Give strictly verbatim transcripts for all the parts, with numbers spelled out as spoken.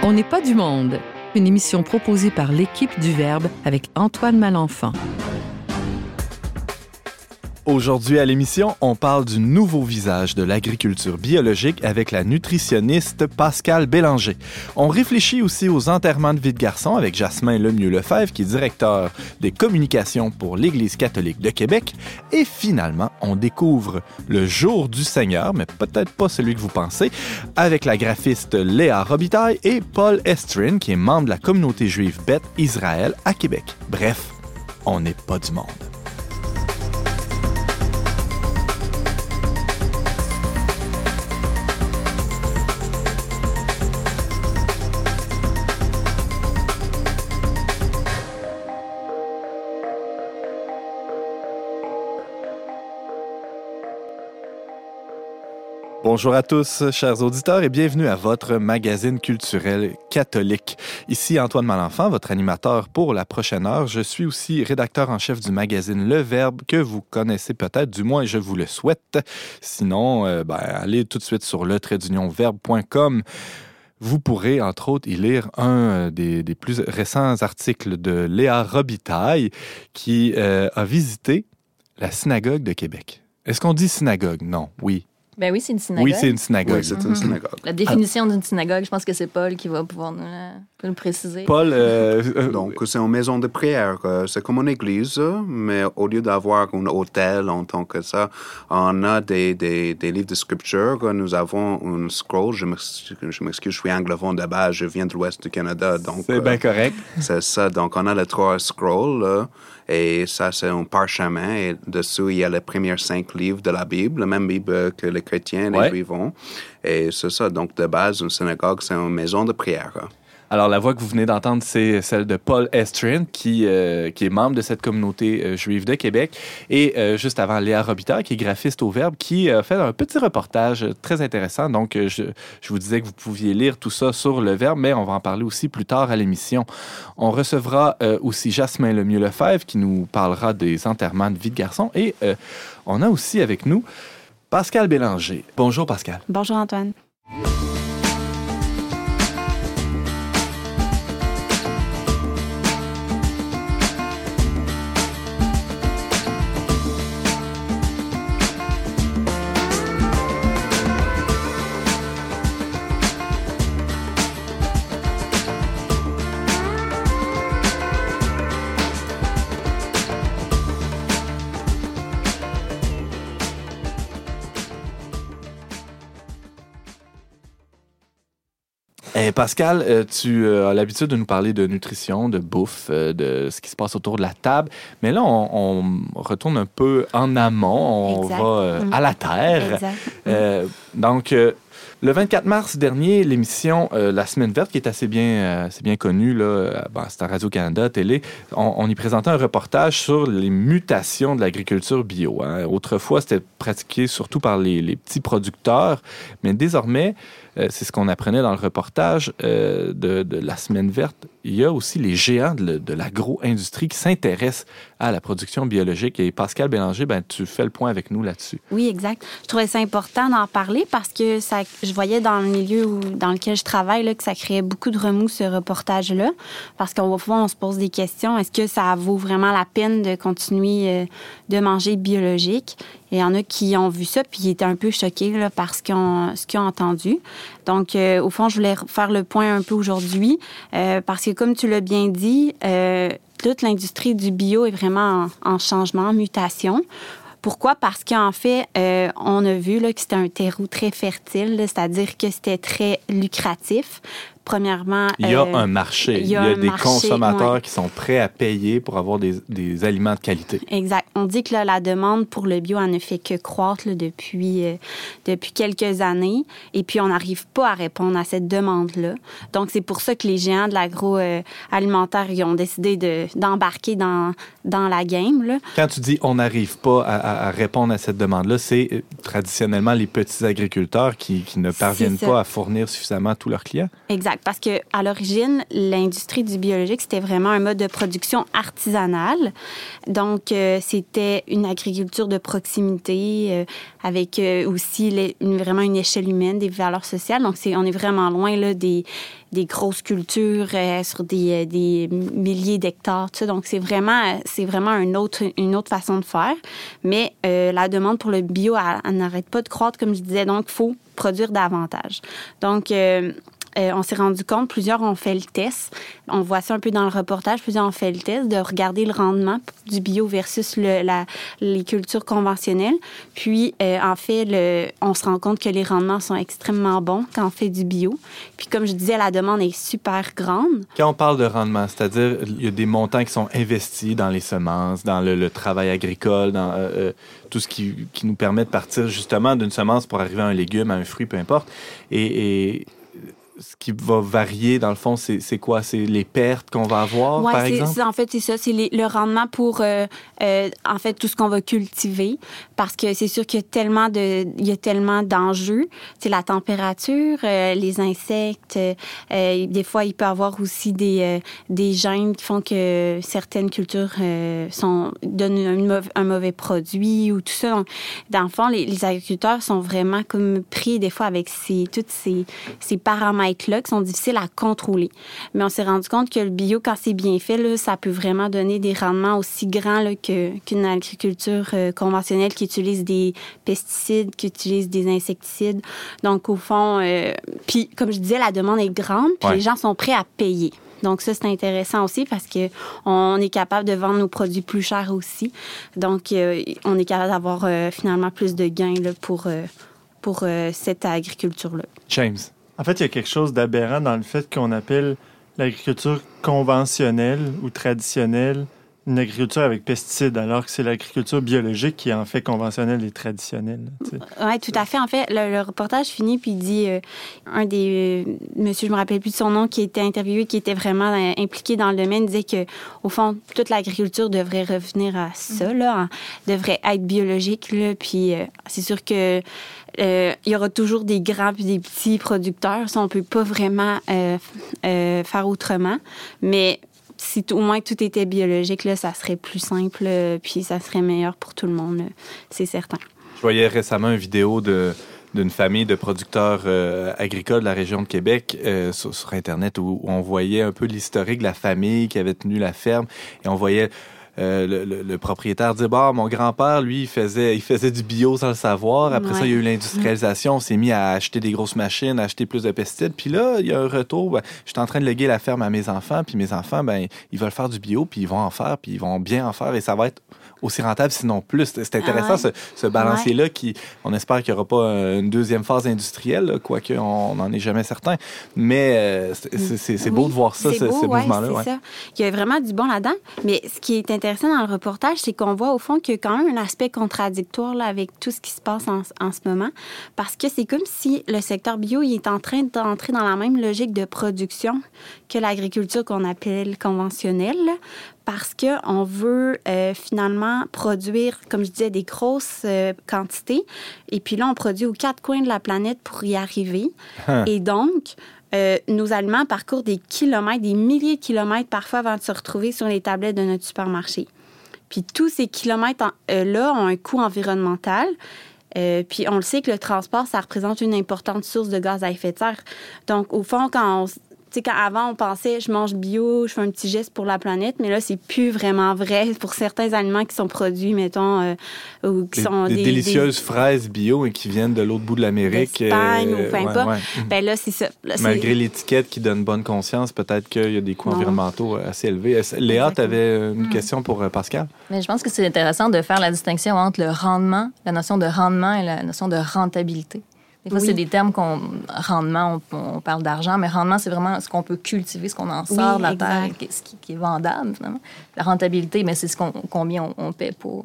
On n'est pas du monde, une émission proposée par l'équipe du Verbe avec Antoine Malenfant. Aujourd'hui à l'émission, on parle du nouveau visage de l'agriculture biologique avec la nutritionniste Pascale Bélanger. On réfléchit aussi aux enterrements de vie de garçon avec Jasmin Lemieux-Lefebvre, qui est directeur des communications pour l'Église catholique de Québec. Et finalement, on découvre le jour du Seigneur, mais peut-être pas celui que vous pensez, avec la graphiste Léa Robitaille et Paul Estrin, qui est membre de la communauté juive Beth Israël à Québec. Bref, on n'est pas du monde. Bonjour à tous, chers auditeurs, et bienvenue à votre magazine culturel catholique. Ici Antoine Malenfant, votre animateur pour la prochaine heure. Je suis aussi rédacteur en chef du magazine Le Verbe, que vous connaissez peut-être, du moins je vous le souhaite. Sinon, euh, ben, allez tout de suite sur le trait d'union verbe point com. Vous pourrez, entre autres, y lire un des, des plus récents articles de Léa Robitaille, qui euh, a visité la synagogue de Québec. Est-ce qu'on dit synagogue? Non. Oui. Ben oui, c'est une synagogue. Oui, c'est une synagogue. Oui, c'est mm-hmm. une synagogue. La définition d'une synagogue, je pense que c'est Paul qui va pouvoir nous, la, nous le préciser. Paul... Euh, euh, Donc, c'est une maison de prière. C'est comme une église, mais au lieu d'avoir un hôtel en tant que ça, on a des, des, des livres de scripture. Nous avons une scroll. Je m'excuse, je, m'excuse, je suis anglophone de base. Je viens de l'ouest du Canada. Donc, c'est bien correct. Euh, c'est ça. Donc, on a les trois scrolls, là. Et ça, c'est un parchemin. Et dessous, il y a les premiers cinq livres de la Bible, la même Bible que les chrétiens, les ouais. juifs ont. Et c'est ça. Donc, de base, une synagogue, c'est une maison de prière. Alors, la voix que vous venez d'entendre, c'est celle de Paul Estrin, qui, euh, qui est membre de cette communauté euh, juive de Québec. Et euh, juste avant, Léa Robitaille, qui est graphiste au Verbe, qui a fait un petit reportage très intéressant. Donc, je, je vous disais que vous pouviez lire tout ça sur le Verbe, mais on va en parler aussi plus tard à l'émission. On recevra euh, aussi Jasmin Lemieux-Lefebvre, qui nous parlera des enterrements de vie de garçon. Et euh, on a aussi avec nous Pascale Bélanger. Bonjour, Pascale. Bonjour, Antoine. Eh, Pascal, euh, tu euh, as l'habitude de nous parler de nutrition, de bouffe, euh, de ce qui se passe autour de la table. Mais là, on, on retourne un peu en amont. On exact. va euh, mmh. à la terre. Exact. Euh, donc, euh, le vingt-quatre mars dernier, l'émission euh, La Semaine verte, qui est assez bien, euh, assez bien connue, là, ben, c'est à Radio-Canada, télé, on, on y présentait un reportage sur les mutations de l'agriculture bio. Hein. Autrefois, c'était pratiqué surtout par les, les petits producteurs, mais désormais, euh, c'est ce qu'on apprenait dans le reportage euh, de, de La Semaine verte, il y a aussi les géants de, de l'agro-industrie qui s'intéressent à la production biologique. Et Pascale Bélanger, ben, tu fais le point avec nous là-dessus. Oui, exact. Je trouvais ça important d'en parler parce que ça, je voyais dans le milieu où, dans lequel je travaille là, que ça créait beaucoup de remous, ce reportage-là. Parce qu'au fond, on se pose des questions. Est-ce que ça vaut vraiment la peine de continuer euh, de manger biologique? Il y en a qui ont vu ça puis ils étaient un peu choqués là, par ce qu'ils ont, ce qu'ils ont entendu. Donc, euh, au fond, je voulais faire le point un peu aujourd'hui euh, parce que, comme tu l'as bien dit, euh, toute l'industrie du bio est vraiment en, en changement, en mutation. Pourquoi? Parce qu'en fait, euh, on a vu là, que c'était un terreau très fertile, là, c'est-à-dire que c'était très lucratif. Premièrement... Il y a euh, un marché. Il y a, il y a un des marché, consommateurs ouais. qui sont prêts à payer pour avoir des, des aliments de qualité. Exact. On dit que là, la demande pour le bio, elle ne fait que croître là, depuis, euh, depuis quelques années. Et puis, on n'arrive pas à répondre à cette demande-là. Donc, c'est pour ça que les géants de l'agroalimentaire euh, ils ont décidé de, d'embarquer dans, dans la game. Là. Quand tu dis « on n'arrive pas à, à, à répondre à cette demande-là », c'est euh, traditionnellement les petits agriculteurs qui, qui ne parviennent pas à fournir suffisamment à tous leurs clients? Exact. parce que à l'origine, l'industrie du biologique, c'était vraiment un mode de production artisanale. Donc, euh, c'était une agriculture de proximité euh, avec euh, aussi les, une, vraiment une échelle humaine, des valeurs sociales. Donc, c'est, on est vraiment loin là, des, des grosses cultures euh, sur des, des milliers d'hectares. Tout ça. Donc, c'est vraiment, c'est vraiment une autre, une autre façon de faire. Mais euh, la demande pour le bio, elle, elle n'arrête pas de croître, comme je disais. Donc, il faut produire davantage. Donc, euh, euh, on s'est rendu compte, plusieurs ont fait le test. On voit ça un peu dans le reportage. Plusieurs ont fait le test de regarder le rendement du bio versus le, la, les cultures conventionnelles. Puis, euh, en fait, le, on se rend compte que les rendements sont extrêmement bons quand on fait du bio. Puis, comme je disais, la demande est super grande. Quand on parle de rendement, c'est-à-dire il y a des montants qui sont investis dans les semences, dans le, le travail agricole, dans euh, tout ce qui, qui nous permet de partir justement d'une semence pour arriver à un légume, à un fruit, peu importe. Et, et ce qui va varier, dans le fond, c'est, c'est quoi? C'est les pertes qu'on va avoir, ouais, par c'est, exemple? C'est, en fait, c'est ça. C'est les, le rendement pour, euh, euh, en fait, tout ce qu'on va cultiver. Parce que c'est sûr qu'il y a tellement, de, il y a tellement d'enjeux. C'est la température, euh, les insectes. Euh, des fois, il peut y avoir aussi des, euh, des gènes qui font que certaines cultures euh, sont, donnent un mauvais, un mauvais produit ou tout ça. Donc, dans le fond, les, les agriculteurs sont vraiment comme pris des fois avec ces, tous ces, ces paramètres là qui sont difficiles à contrôler. Mais on s'est rendu compte que le bio, quand c'est bien fait, là, ça peut vraiment donner des rendements aussi grands là, que, qu'une agriculture euh, conventionnelle qui utilise des pesticides, qui utilise des insecticides. Donc, au fond, euh, puis comme je disais, la demande est grande, puis ouais. les gens sont prêts à payer. Donc, ça, c'est intéressant aussi parce qu'on est capable de vendre nos produits plus chers aussi. Donc, euh, on est capable d'avoir euh, finalement plus de gains là, pour, euh, pour euh, cette agriculture-là. James. En fait, il y a quelque chose d'aberrant dans le fait qu'on appelle l'agriculture conventionnelle ou traditionnelle une agriculture avec pesticides, alors que c'est l'agriculture biologique qui est en fait conventionnelle et traditionnelle. Oui, tout à fait. En fait, le, le reportage finit, puis il dit, euh, un des euh, monsieur, je me rappelle plus de son nom, qui était interviewé, qui était vraiment euh, impliqué dans le domaine, disait que au fond, toute l'agriculture devrait revenir à ça, là, hein, devrait être biologique, là, puis euh, c'est sûr que Euh, il y aura toujours des grands puis des petits producteurs. Ça, on peut pas vraiment euh, euh, faire autrement. Mais si t- au moins tout était biologique, là, ça serait plus simple euh, puis ça serait meilleur pour tout le monde, là, c'est certain. Je voyais récemment une vidéo de, d'une famille de producteurs euh, agricoles de la région de Québec euh, sur, sur Internet où, où on voyait un peu l'historique de la famille qui avait tenu la ferme et on voyait Euh, le, le, le propriétaire dit bah mon grand-père lui il faisait il faisait du bio sans le savoir. Après ouais. ça il y a eu l'industrialisation, on s'est mis à acheter des grosses machines, à acheter plus de pesticides. Puis là il y a un retour. Ben, je suis en train de léguer la ferme à mes enfants. Puis mes enfants ben ils veulent faire du bio puis ils vont en faire puis ils vont bien en faire et ça va être aussi rentable sinon plus. C'est intéressant ah ouais. ce, ce balancier là ouais. qui on espère qu'il n'y aura pas une deuxième phase industrielle quoique on n'en est jamais certain. Mais euh, c'est, c'est, c'est beau oui, de voir ça ce, beau, ce ouais, mouvement là. C'est ouais. ça. Il y a vraiment du bon là-dedans. Mais ce qui est intéressant dans le reportage, c'est qu'on voit au fond qu'il y a quand même un aspect contradictoire là, avec tout ce qui se passe en, en ce moment. Parce que c'est comme si le secteur bio il est en train d'entrer dans la même logique de production que l'agriculture qu'on appelle conventionnelle. Là, parce qu'on veut euh, finalement produire, comme je disais, des grosses euh, quantités. Et puis là, on produit aux quatre coins de la planète pour y arriver. Hein. Et donc, Euh, nos aliments parcourent des kilomètres, des milliers de kilomètres parfois avant de se retrouver sur les tablettes de notre supermarché. Puis tous ces kilomètres-là ont un coût environnemental. Euh, puis on le sait que le transport, ça représente une importante source de gaz à effet de serre. Donc, au fond, quand on... Tu sais, quand avant, on pensait, je mange bio, je fais un petit geste pour la planète, mais là, c'est plus vraiment vrai pour certains aliments qui sont produits, mettons, euh, ou qui des, sont des... Des délicieuses des... fraises bio et qui viennent de l'autre bout de l'Amérique. D'Espagne euh, ou peu importe. Ouais, ouais. Ben là, c'est ça. Là, Malgré c'est... l'étiquette qui donne bonne conscience, peut-être qu'il y a des coûts non. environnementaux assez élevés. Léa, tu avais une mmh. question pour Pascal? Mais je pense que c'est intéressant de faire la distinction entre le rendement, la notion de rendement et la notion de rentabilité. Des fois, oui. c'est des termes qu'on... Rendement, on, on parle d'argent, mais rendement, c'est vraiment ce qu'on peut cultiver, ce qu'on en sort oui, de la exact. terre, ce qui, qui est vendable, finalement. La rentabilité, mais c'est ce qu'on, combien on, on paie pour.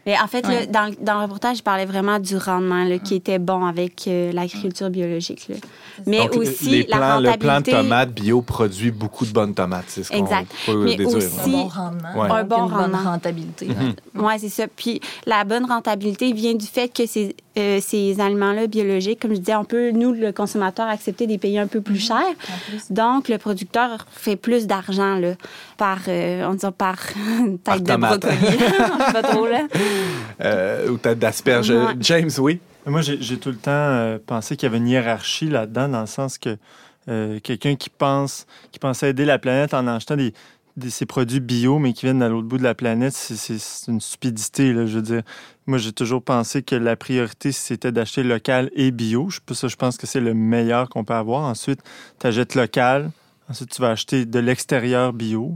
Mais en fait, Ouais. là, dans, dans le reportage, je parlais vraiment du rendement là, qui était bon avec euh, l'agriculture biologique. Là. Mais Donc, aussi, les plants, la le plant de rentabilité... tomates bio produit beaucoup de bonnes tomates. C'est ce qu'on Exact. peut Mais déduire. aussi- Un ouais. bon rendement. Ouais. donc Un bon une bonne rendement. rentabilité. Mhm. Oui, c'est ça. Puis la bonne rentabilité vient du fait que ces, euh, ces aliments-là biologiques, comme je disais, on peut, nous, le consommateur, accepter des payer un peu plus cher. En plus. Donc, le producteur fait plus d'argent là, par, euh, on dit par tête Par de tomate. brocoli. Je sais pas trop, là. Euh, ou peut-être d'asperges. Ouais. James, oui? Moi, j'ai, j'ai tout le temps euh, pensé qu'il y avait une hiérarchie là-dedans, dans le sens que euh, quelqu'un qui pense, qui pense aider la planète en achetant des, des, ces produits bio, mais qui viennent de l'autre bout de la planète, c'est, c'est, c'est une stupidité, là, je veux dire. Moi, j'ai toujours pensé que la priorité, c'était d'acheter local et bio. Je, ça, je pense que c'est le meilleur qu'on peut avoir. Ensuite, tu achètes local. Ensuite, tu vas acheter de l'extérieur bio.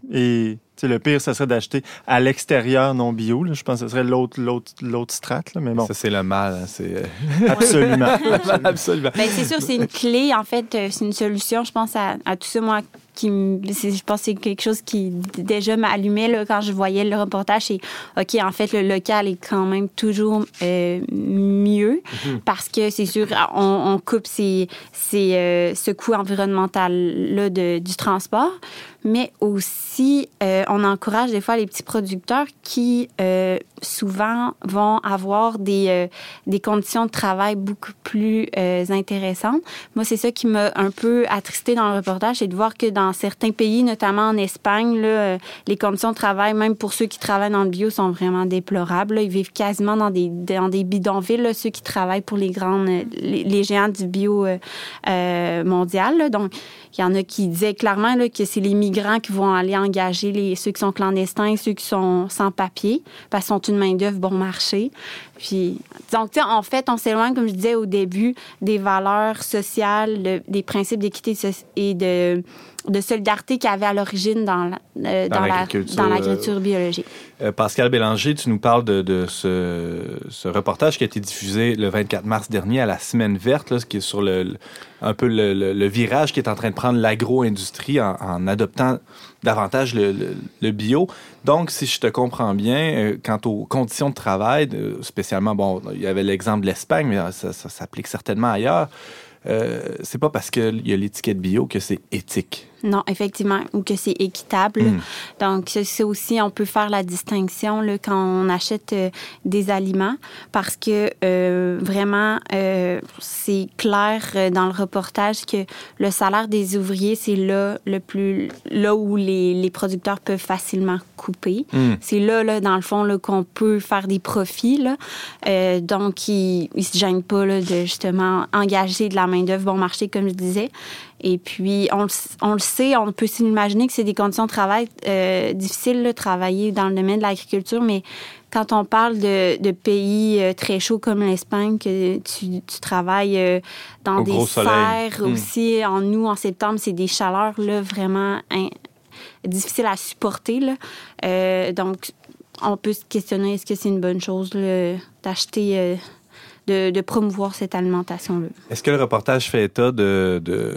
Et tu sais, le pire, ça serait d'acheter à l'extérieur non bio. Là. Je pense que ce serait l'autre, l'autre, l'autre strate. Là. Mais bon, Ça, c'est le mal. hein, C'est... euh, absolument. Absolument. Bien, c'est sûr, c'est une clé, en fait, euh, c'est une solution, je pense, à, à tout ça, moi, qui me- c'est- je pense que c'est quelque chose qui d- déjà m'allumait là, quand je voyais le reportage. C'est, OK, en fait, le local est quand même toujours euh, mieux parce que c'est sûr, on, on coupe ces, ces, euh, ce coût environnemental-là de, du transport, mais aussi, euh, on encourage des fois les petits producteurs qui, euh, souvent, vont avoir des, euh, des conditions de travail beaucoup plus euh, intéressantes. Moi, c'est ça qui m'a un peu attristée dans le reportage, c'est de voir que dans certains pays, notamment en Espagne, là, euh, les conditions de travail, même pour ceux qui travaillent dans le bio, sont vraiment déplorables. Là. Ils vivent quasiment dans des, dans des bidonvilles, là, ceux qui travaillent pour les grandes, les, les géants du bio euh, euh, mondial. Là. Donc, il y en a qui disaient clairement là, que c'est les migrants qui vont aller engager les, ceux qui sont clandestins, ceux qui sont sans papier, parce qu'ils sont une main-d'œuvre bon marché. Puis, donc, tu sais, en fait, on s'éloigne, comme je disais au début, des valeurs sociales, de- des principes d'équité so- et de, de solidarité qu'il y avait à l'origine dans, la, euh, Dans dans, la- l'agriculture, dans l'agriculture biologique. Euh, Pascal Bélanger, tu nous parles de, de ce, ce reportage qui a été diffusé le vingt-quatre mars dernier à la Semaine verte, là, ce qui est sur le, le- un peu le, le- le virage qui est en train de prendre l'agro-industrie en, en adoptant davantage le, le- le bio. Donc, si je te comprends bien, euh, quant aux conditions de travail, de- spécialement, bon, il y avait l'exemple de l'Espagne, mais ça, ça s'applique certainement ailleurs. Euh, c'est pas parce qu'il y a l'étiquette bio que c'est éthique. Non, effectivement, ou que c'est équitable. Mm. Donc, ça, c'est aussi, on peut faire la distinction là, quand on achète euh, des aliments parce que euh, vraiment, euh, c'est clair euh, dans le reportage que le salaire des ouvriers, c'est là, le plus, là où les, les producteurs peuvent facilement couper. Mm. C'est là, là, dans le fond, là, qu'on peut faire des profits. Là. Euh, donc, ils ne se gênent pas là, de justement engager de la main-d'œuvre bon marché, comme je disais. Et puis, on, le- on le sait, on peut s'imaginer que c'est des conditions de travail euh, difficiles, là, travailler dans le domaine de l'agriculture, mais quand on parle de, de pays euh, très chauds comme l'Espagne, que tu, tu travailles euh, dans Au des gros soleil. serres Mm. aussi, en août, en septembre, c'est des chaleurs là, vraiment hein, difficiles à supporter. Là. Euh, donc, on peut se questionner, est-ce que c'est une bonne chose là, d'acheter... Euh, De, de promouvoir cette alimentation-là. Est-ce que le reportage fait état de, de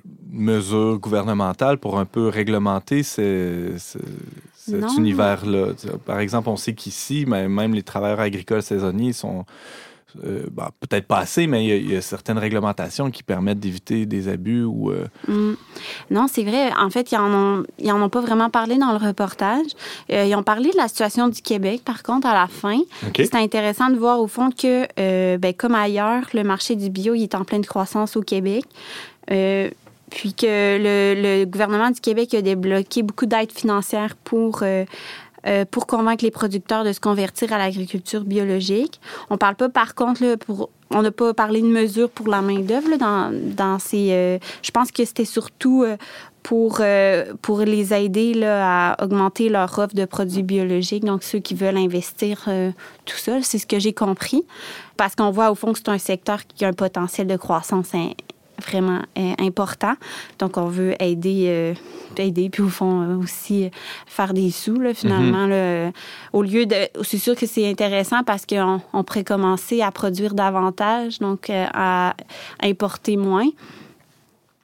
mesures gouvernementales pour un peu réglementer ces, ces- cet Non. univers-là? Par exemple, on sait qu'ici, même même les travailleurs agricoles saisonniers sont euh, bah, peut-être pas assez, mais il y, a, il y a certaines réglementations qui permettent d'éviter des abus ou... euh, Mm. Non, c'est vrai. En fait, ils en ont, ils en ont pas vraiment parlé dans le reportage. Euh, ils ont parlé de la situation du Québec, par contre, à la fin. OK. C'est intéressant de voir, au fond, que, euh, ben, comme ailleurs, le marché du bio, il est en pleine croissance au Québec. Euh, puis que le, le gouvernement du Québec a débloqué beaucoup d'aides financières pour... Euh, euh, pour convaincre les producteurs de se convertir à l'agriculture biologique. On parle pas, par contre, là, pour... On n'a pas parlé de mesures pour la main-d'œuvre là, dans, dans ces... Euh, je pense que c'était surtout euh, pour, euh, pour les aider là, à augmenter leur offre de produits biologiques. Donc, ceux qui veulent investir euh, tout ça, c'est ce que j'ai compris. Parce qu'on voit, au fond, que c'est un secteur qui a un potentiel de croissance in- vraiment euh, important. Donc, on veut aider, euh, aider puis au fond euh, aussi euh, faire des sous, là, finalement. Mm-hmm. Là, euh, au lieu de... C'est sûr que c'est intéressant parce qu'on on pourrait commencer à produire davantage, donc euh, à importer moins.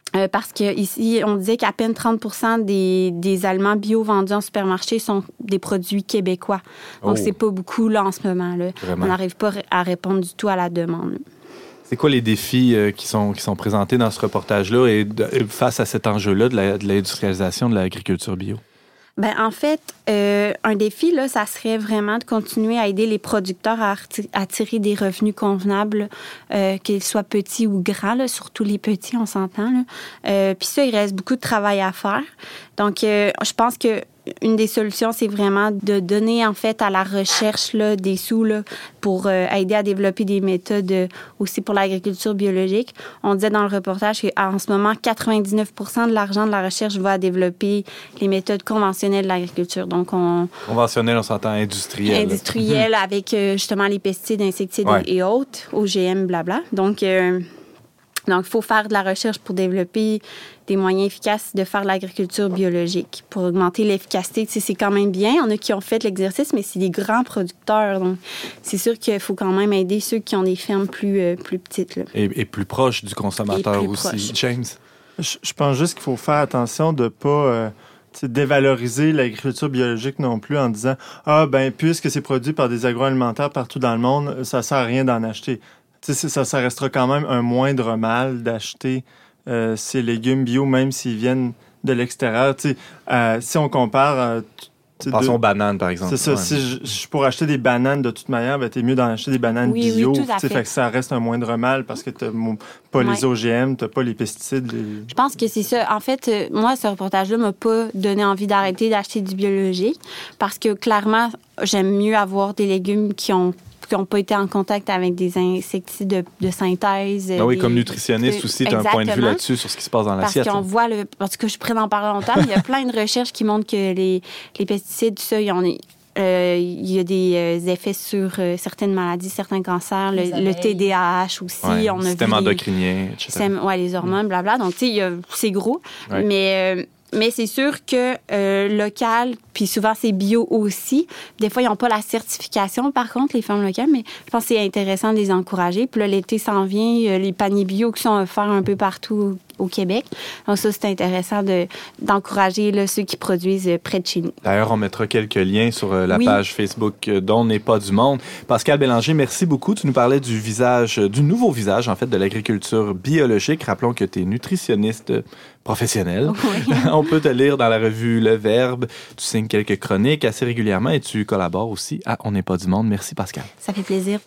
Euh, parce qu'ici, on disait qu'à peine trente pour cent des, des aliments bio vendus en supermarché sont des produits québécois. Donc, Oh. c'est pas beaucoup là, en ce moment. Là. Vraiment. On n'arrive pas à répondre du tout à la demande. C'est quoi les défis euh, qui, sont, qui sont présentés dans ce reportage-là et de, face à cet enjeu-là de, la, de l'industrialisation de l'agriculture bio? Ben en fait, euh, un défi, là, ça serait vraiment de continuer à aider les producteurs à attirer des revenus convenables, euh, qu'ils soient petits ou grands, là, surtout les petits, on s'entend. Là. Euh, puis ça, il reste beaucoup de travail à faire. Donc, euh, je pense que une des solutions, c'est vraiment de donner, en fait, à la recherche là, des sous là, pour euh, aider à développer des méthodes euh, aussi pour l'agriculture biologique. On disait dans le reportage qu'en ce moment, quatre-vingt-dix-neuf pour cent de l'argent de la recherche va à développer les méthodes conventionnelles de l'agriculture. Donc, on... Conventionnel, on s'entend industriel. Industriel avec euh, justement les pesticides, insecticides Ouais. et autres, O G M, blabla. Donc, euh, donc, il faut faire de la recherche pour développer des moyens efficaces de faire de l'agriculture biologique pour augmenter l'efficacité. Tu sais, c'est quand même bien. Il y en a qui ont fait l'exercice, mais c'est des grands producteurs. Donc, c'est sûr qu'il faut quand même aider ceux qui ont des fermes plus, euh, plus petites. Là. Et, et plus proche du consommateur Et plus aussi. proche. James? Je, je pense juste qu'il faut faire attention de ne pas euh, tu sais, dévaloriser l'agriculture biologique non plus en disant « Ah, ben puisque c'est produit par des agroalimentaires partout dans le monde, ça ne sert à rien d'en acheter. » Tu sais, ça, ça restera quand même un moindre mal d'acheter euh, ces légumes bio, même s'ils viennent de l'extérieur. Tu sais, euh, si on compare... Euh, Passons aux bananes, par exemple. C'est ça. Ouais. Si je, je pourrais acheter des bananes de toute manière, ben, t'es mieux d'en acheter des bananes Oui, bio. oui, tout à Tu sais, fait. fait que ça reste un moindre mal parce que t'as mon- pas les Ouais. O G M, t'as pas les pesticides. Les... Je pense que c'est ça. En fait, euh, moi, ce reportage-là m'a pas donné envie d'arrêter d'acheter du biologique parce que clairement, j'aime mieux avoir des légumes qui ont qui n'ont pas été en contact avec des insecticides de, de synthèse. Ah oui, des- comme nutritionniste de- aussi, tu as un point de vue Exactement. là-dessus sur ce qui se passe dans Parce l'assiette. qu'on là. voit, le, parce que je pourrais en parler longtemps, mais il y a plein de recherches qui montrent que les, les pesticides, tout ça, il y en est. Euh, il y a des euh, effets sur euh, certaines maladies, certains cancers, le, Les le abeilles. T D A H aussi. Ouais, on a système vu les- endocrinien, et cetera. système- ouais, les hormones, blabla. Donc, tu sais, il y a- c'est gros. Ouais. Mais, euh, mais c'est sûr que euh, local, puis souvent c'est bio aussi. Des fois, ils n'ont pas la certification, par contre, les fermes locales, mais je pense que c'est intéressant de les encourager. Puis là, l'été s'en vient, il y a les paniers bio qui sont offerts un peu partout au Québec. Donc ça, c'est intéressant de, d'encourager là, ceux qui produisent près de chez nous. D'ailleurs, on mettra quelques liens sur euh, la Oui. page Facebook euh, d'On n'est pas du monde. Pascal Bélanger, merci beaucoup. Tu nous parlais du visage, euh, du nouveau visage, en fait, de l'agriculture biologique. Rappelons que tu es nutritionniste euh, professionnel. Oui. On peut te lire dans la revue Le Verbe. Tu signes quelques chroniques assez régulièrement et tu collabores aussi à On n'est pas du monde. Merci, Pascal. Ça fait plaisir.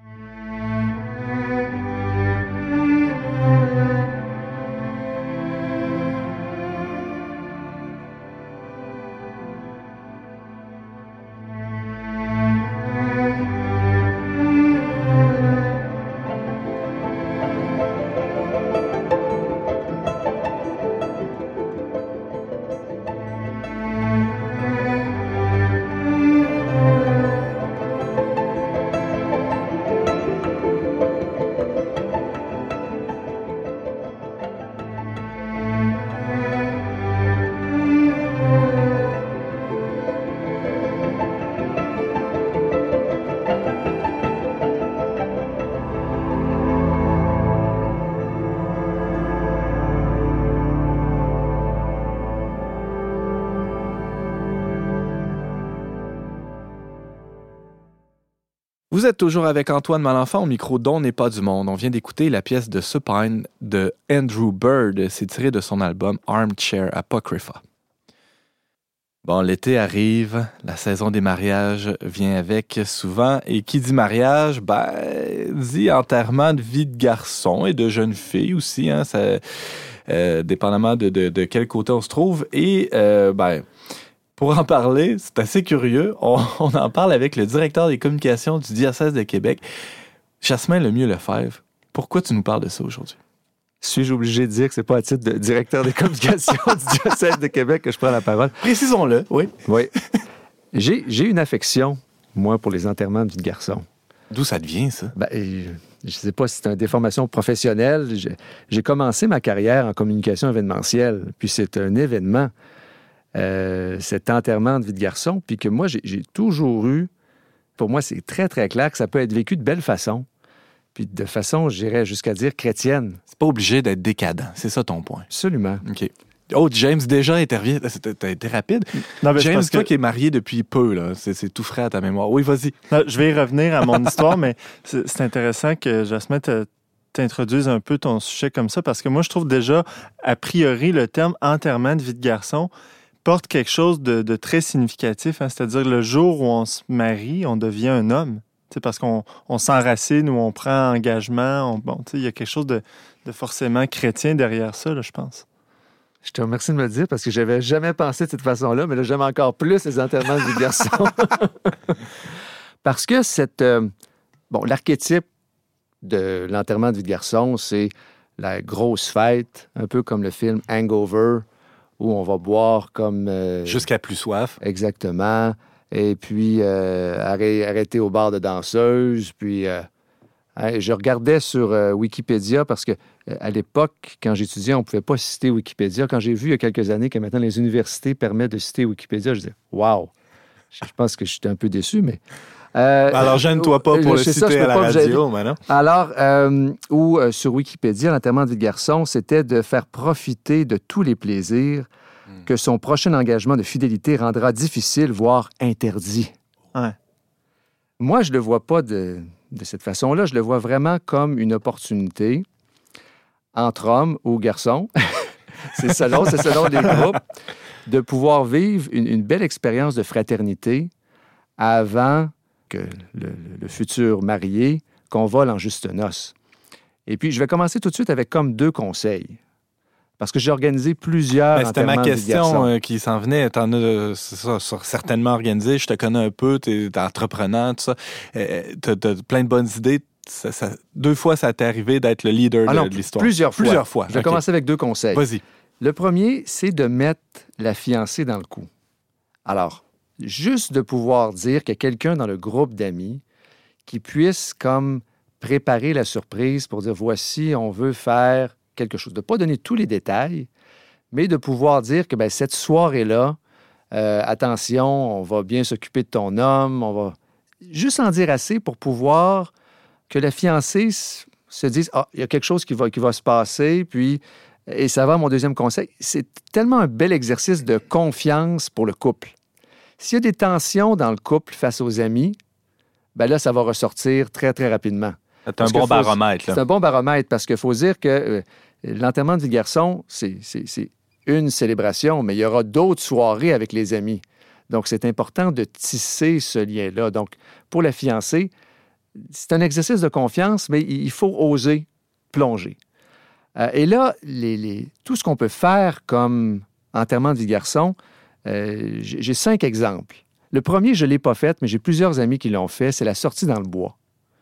Vous êtes toujours avec Antoine Malenfant au micro d'On n'est pas du monde. On vient d'écouter la pièce de Supine de Andrew Bird. C'est tiré de son album Armchair Apocrypha. Bon, l'été arrive, la saison des mariages vient avec souvent. Et qui dit mariage, ben, dit enterrement de vie de garçon et de jeune fille aussi. Hein, ça, euh, dépendamment de, de, de quel côté on se trouve. Et, euh, ben... Pour en parler, c'est assez curieux. On, on en parle avec le directeur des communications du diocèse de Québec, Jasmin Lemieux-Lefebvre. Pourquoi tu nous parles de ça aujourd'hui? Suis-je obligé de dire que c'est pas à titre de directeur des communications du diocèse de Québec que je prends la parole? Précisons-le, oui. Oui. J'ai, j'ai une affection, moi, pour les enterrements de vie de garçon. D'où ça devient, ça? Ben, je ne sais pas si c'est une déformation professionnelle. J'ai, j'ai commencé ma carrière en communication événementielle, puis c'est un événement. Euh, cet enterrement de vie de garçon, puis que moi, j'ai, j'ai toujours eu, pour moi, c'est très, très clair que ça peut être vécu de belle façon, puis de façon, je dirais, jusqu'à dire chrétienne. C'est pas obligé d'être décadent, c'est ça ton point. Absolument. OK. Oh, James déjà intervient. T'as été rapide. Non, mais James, toi que... qui es marié depuis peu, là, c'est, c'est tout frais à ta mémoire. Oui, vas-y. Non, je vais y revenir à mon histoire, mais c'est, c'est intéressant que Jasmin te, t'introduise un peu ton sujet comme ça, parce que moi, je trouve déjà, a priori, le terme « enterrement de vie de garçon » porte quelque chose de, de très significatif. Hein? C'est-à-dire, le jour où on se marie, on devient un homme. C'est parce qu'on on s'enracine ou on prend engagement. On, bon, il y a quelque chose de, de forcément chrétien derrière ça, là, je pense. Je te remercie de me le dire parce que je n'avais jamais pensé de cette façon-là, mais là, j'aime encore plus les enterrements de vie de garçon. Parce que cette, euh, bon, l'archétype de l'enterrement de vie de garçon, c'est la grosse fête, un peu comme le film Hangover, où on va boire comme... Euh, Jusqu'à plus soif. Exactement. Et puis, euh, arrêt, arrêter au bar de danseuse. Puis, euh, je regardais sur euh, Wikipédia parce que euh, à l'époque, quand j'étudiais, on ne pouvait pas citer Wikipédia. Quand j'ai vu il y a quelques années que maintenant les universités permettent de citer Wikipédia, je disais « Wow! » Je pense que j'étais un peu déçu, mais... Euh, Alors, gêne-toi pas pour le citer ça, à la radio, maintenant. Alors, euh, ou euh, sur Wikipédia, l'enterrement de vie de garçon, c'était de faire profiter de tous les plaisirs mm. que son prochain engagement de fidélité rendra difficile, voire interdit. Ouais. Moi, je ne le vois pas de, de cette façon-là. Je le vois vraiment comme une opportunité entre hommes ou garçons, c'est selon, c'est selon les groupes, de pouvoir vivre une, une belle expérience de fraternité avant que le, le futur marié convole en juste noces. Et puis, je vais commencer tout de suite avec comme deux conseils. Parce que j'ai organisé plusieurs ben, c'était enterrements ma de vie de garçon. question euh, qui s'en venait. T'en as c'est ça, certainement organisé. Je te connais un peu. T'es, t'es entrepreneur, tout ça. Euh, t'as, t'as plein de bonnes idées. Ça, ça, deux fois, ça t'est arrivé d'être le leader ah de, non, de l'histoire. Plusieurs fois. Plusieurs fois. Je vais okay. commencer avec deux conseils. Vas-y. Le premier, c'est de mettre la fiancée dans le coup. Alors, juste de pouvoir dire qu'il y a quelqu'un dans le groupe d'amis qui puisse comme préparer la surprise pour dire, voici, on veut faire quelque chose. De ne pas donner tous les détails, mais de pouvoir dire que ben, cette soirée-là, euh, attention, on va bien s'occuper de ton homme, on va juste en dire assez pour pouvoir que la fiancée se dise, ah, il y a quelque chose qui va, qui va se passer, puis, et ça va, mon deuxième conseil, c'est tellement un bel exercice de confiance pour le couple. S'il y a des tensions dans le couple face aux amis, ben là, ça va ressortir très, très rapidement. C'est un bon faut, baromètre. Là. C'est un bon baromètre parce qu'il faut dire que euh, l'enterrement de vie de garçon, c'est, c'est, c'est une célébration, mais il y aura d'autres soirées avec les amis. Donc, c'est important de tisser ce lien-là. Donc, pour la fiancée, c'est un exercice de confiance, mais il faut oser plonger. Euh, et là, les, les, tout ce qu'on peut faire comme enterrement de vie de garçon, euh, j'ai, j'ai cinq exemples. Le premier, je ne l'ai pas fait, mais j'ai plusieurs amis qui l'ont fait, c'est la sortie dans le bois.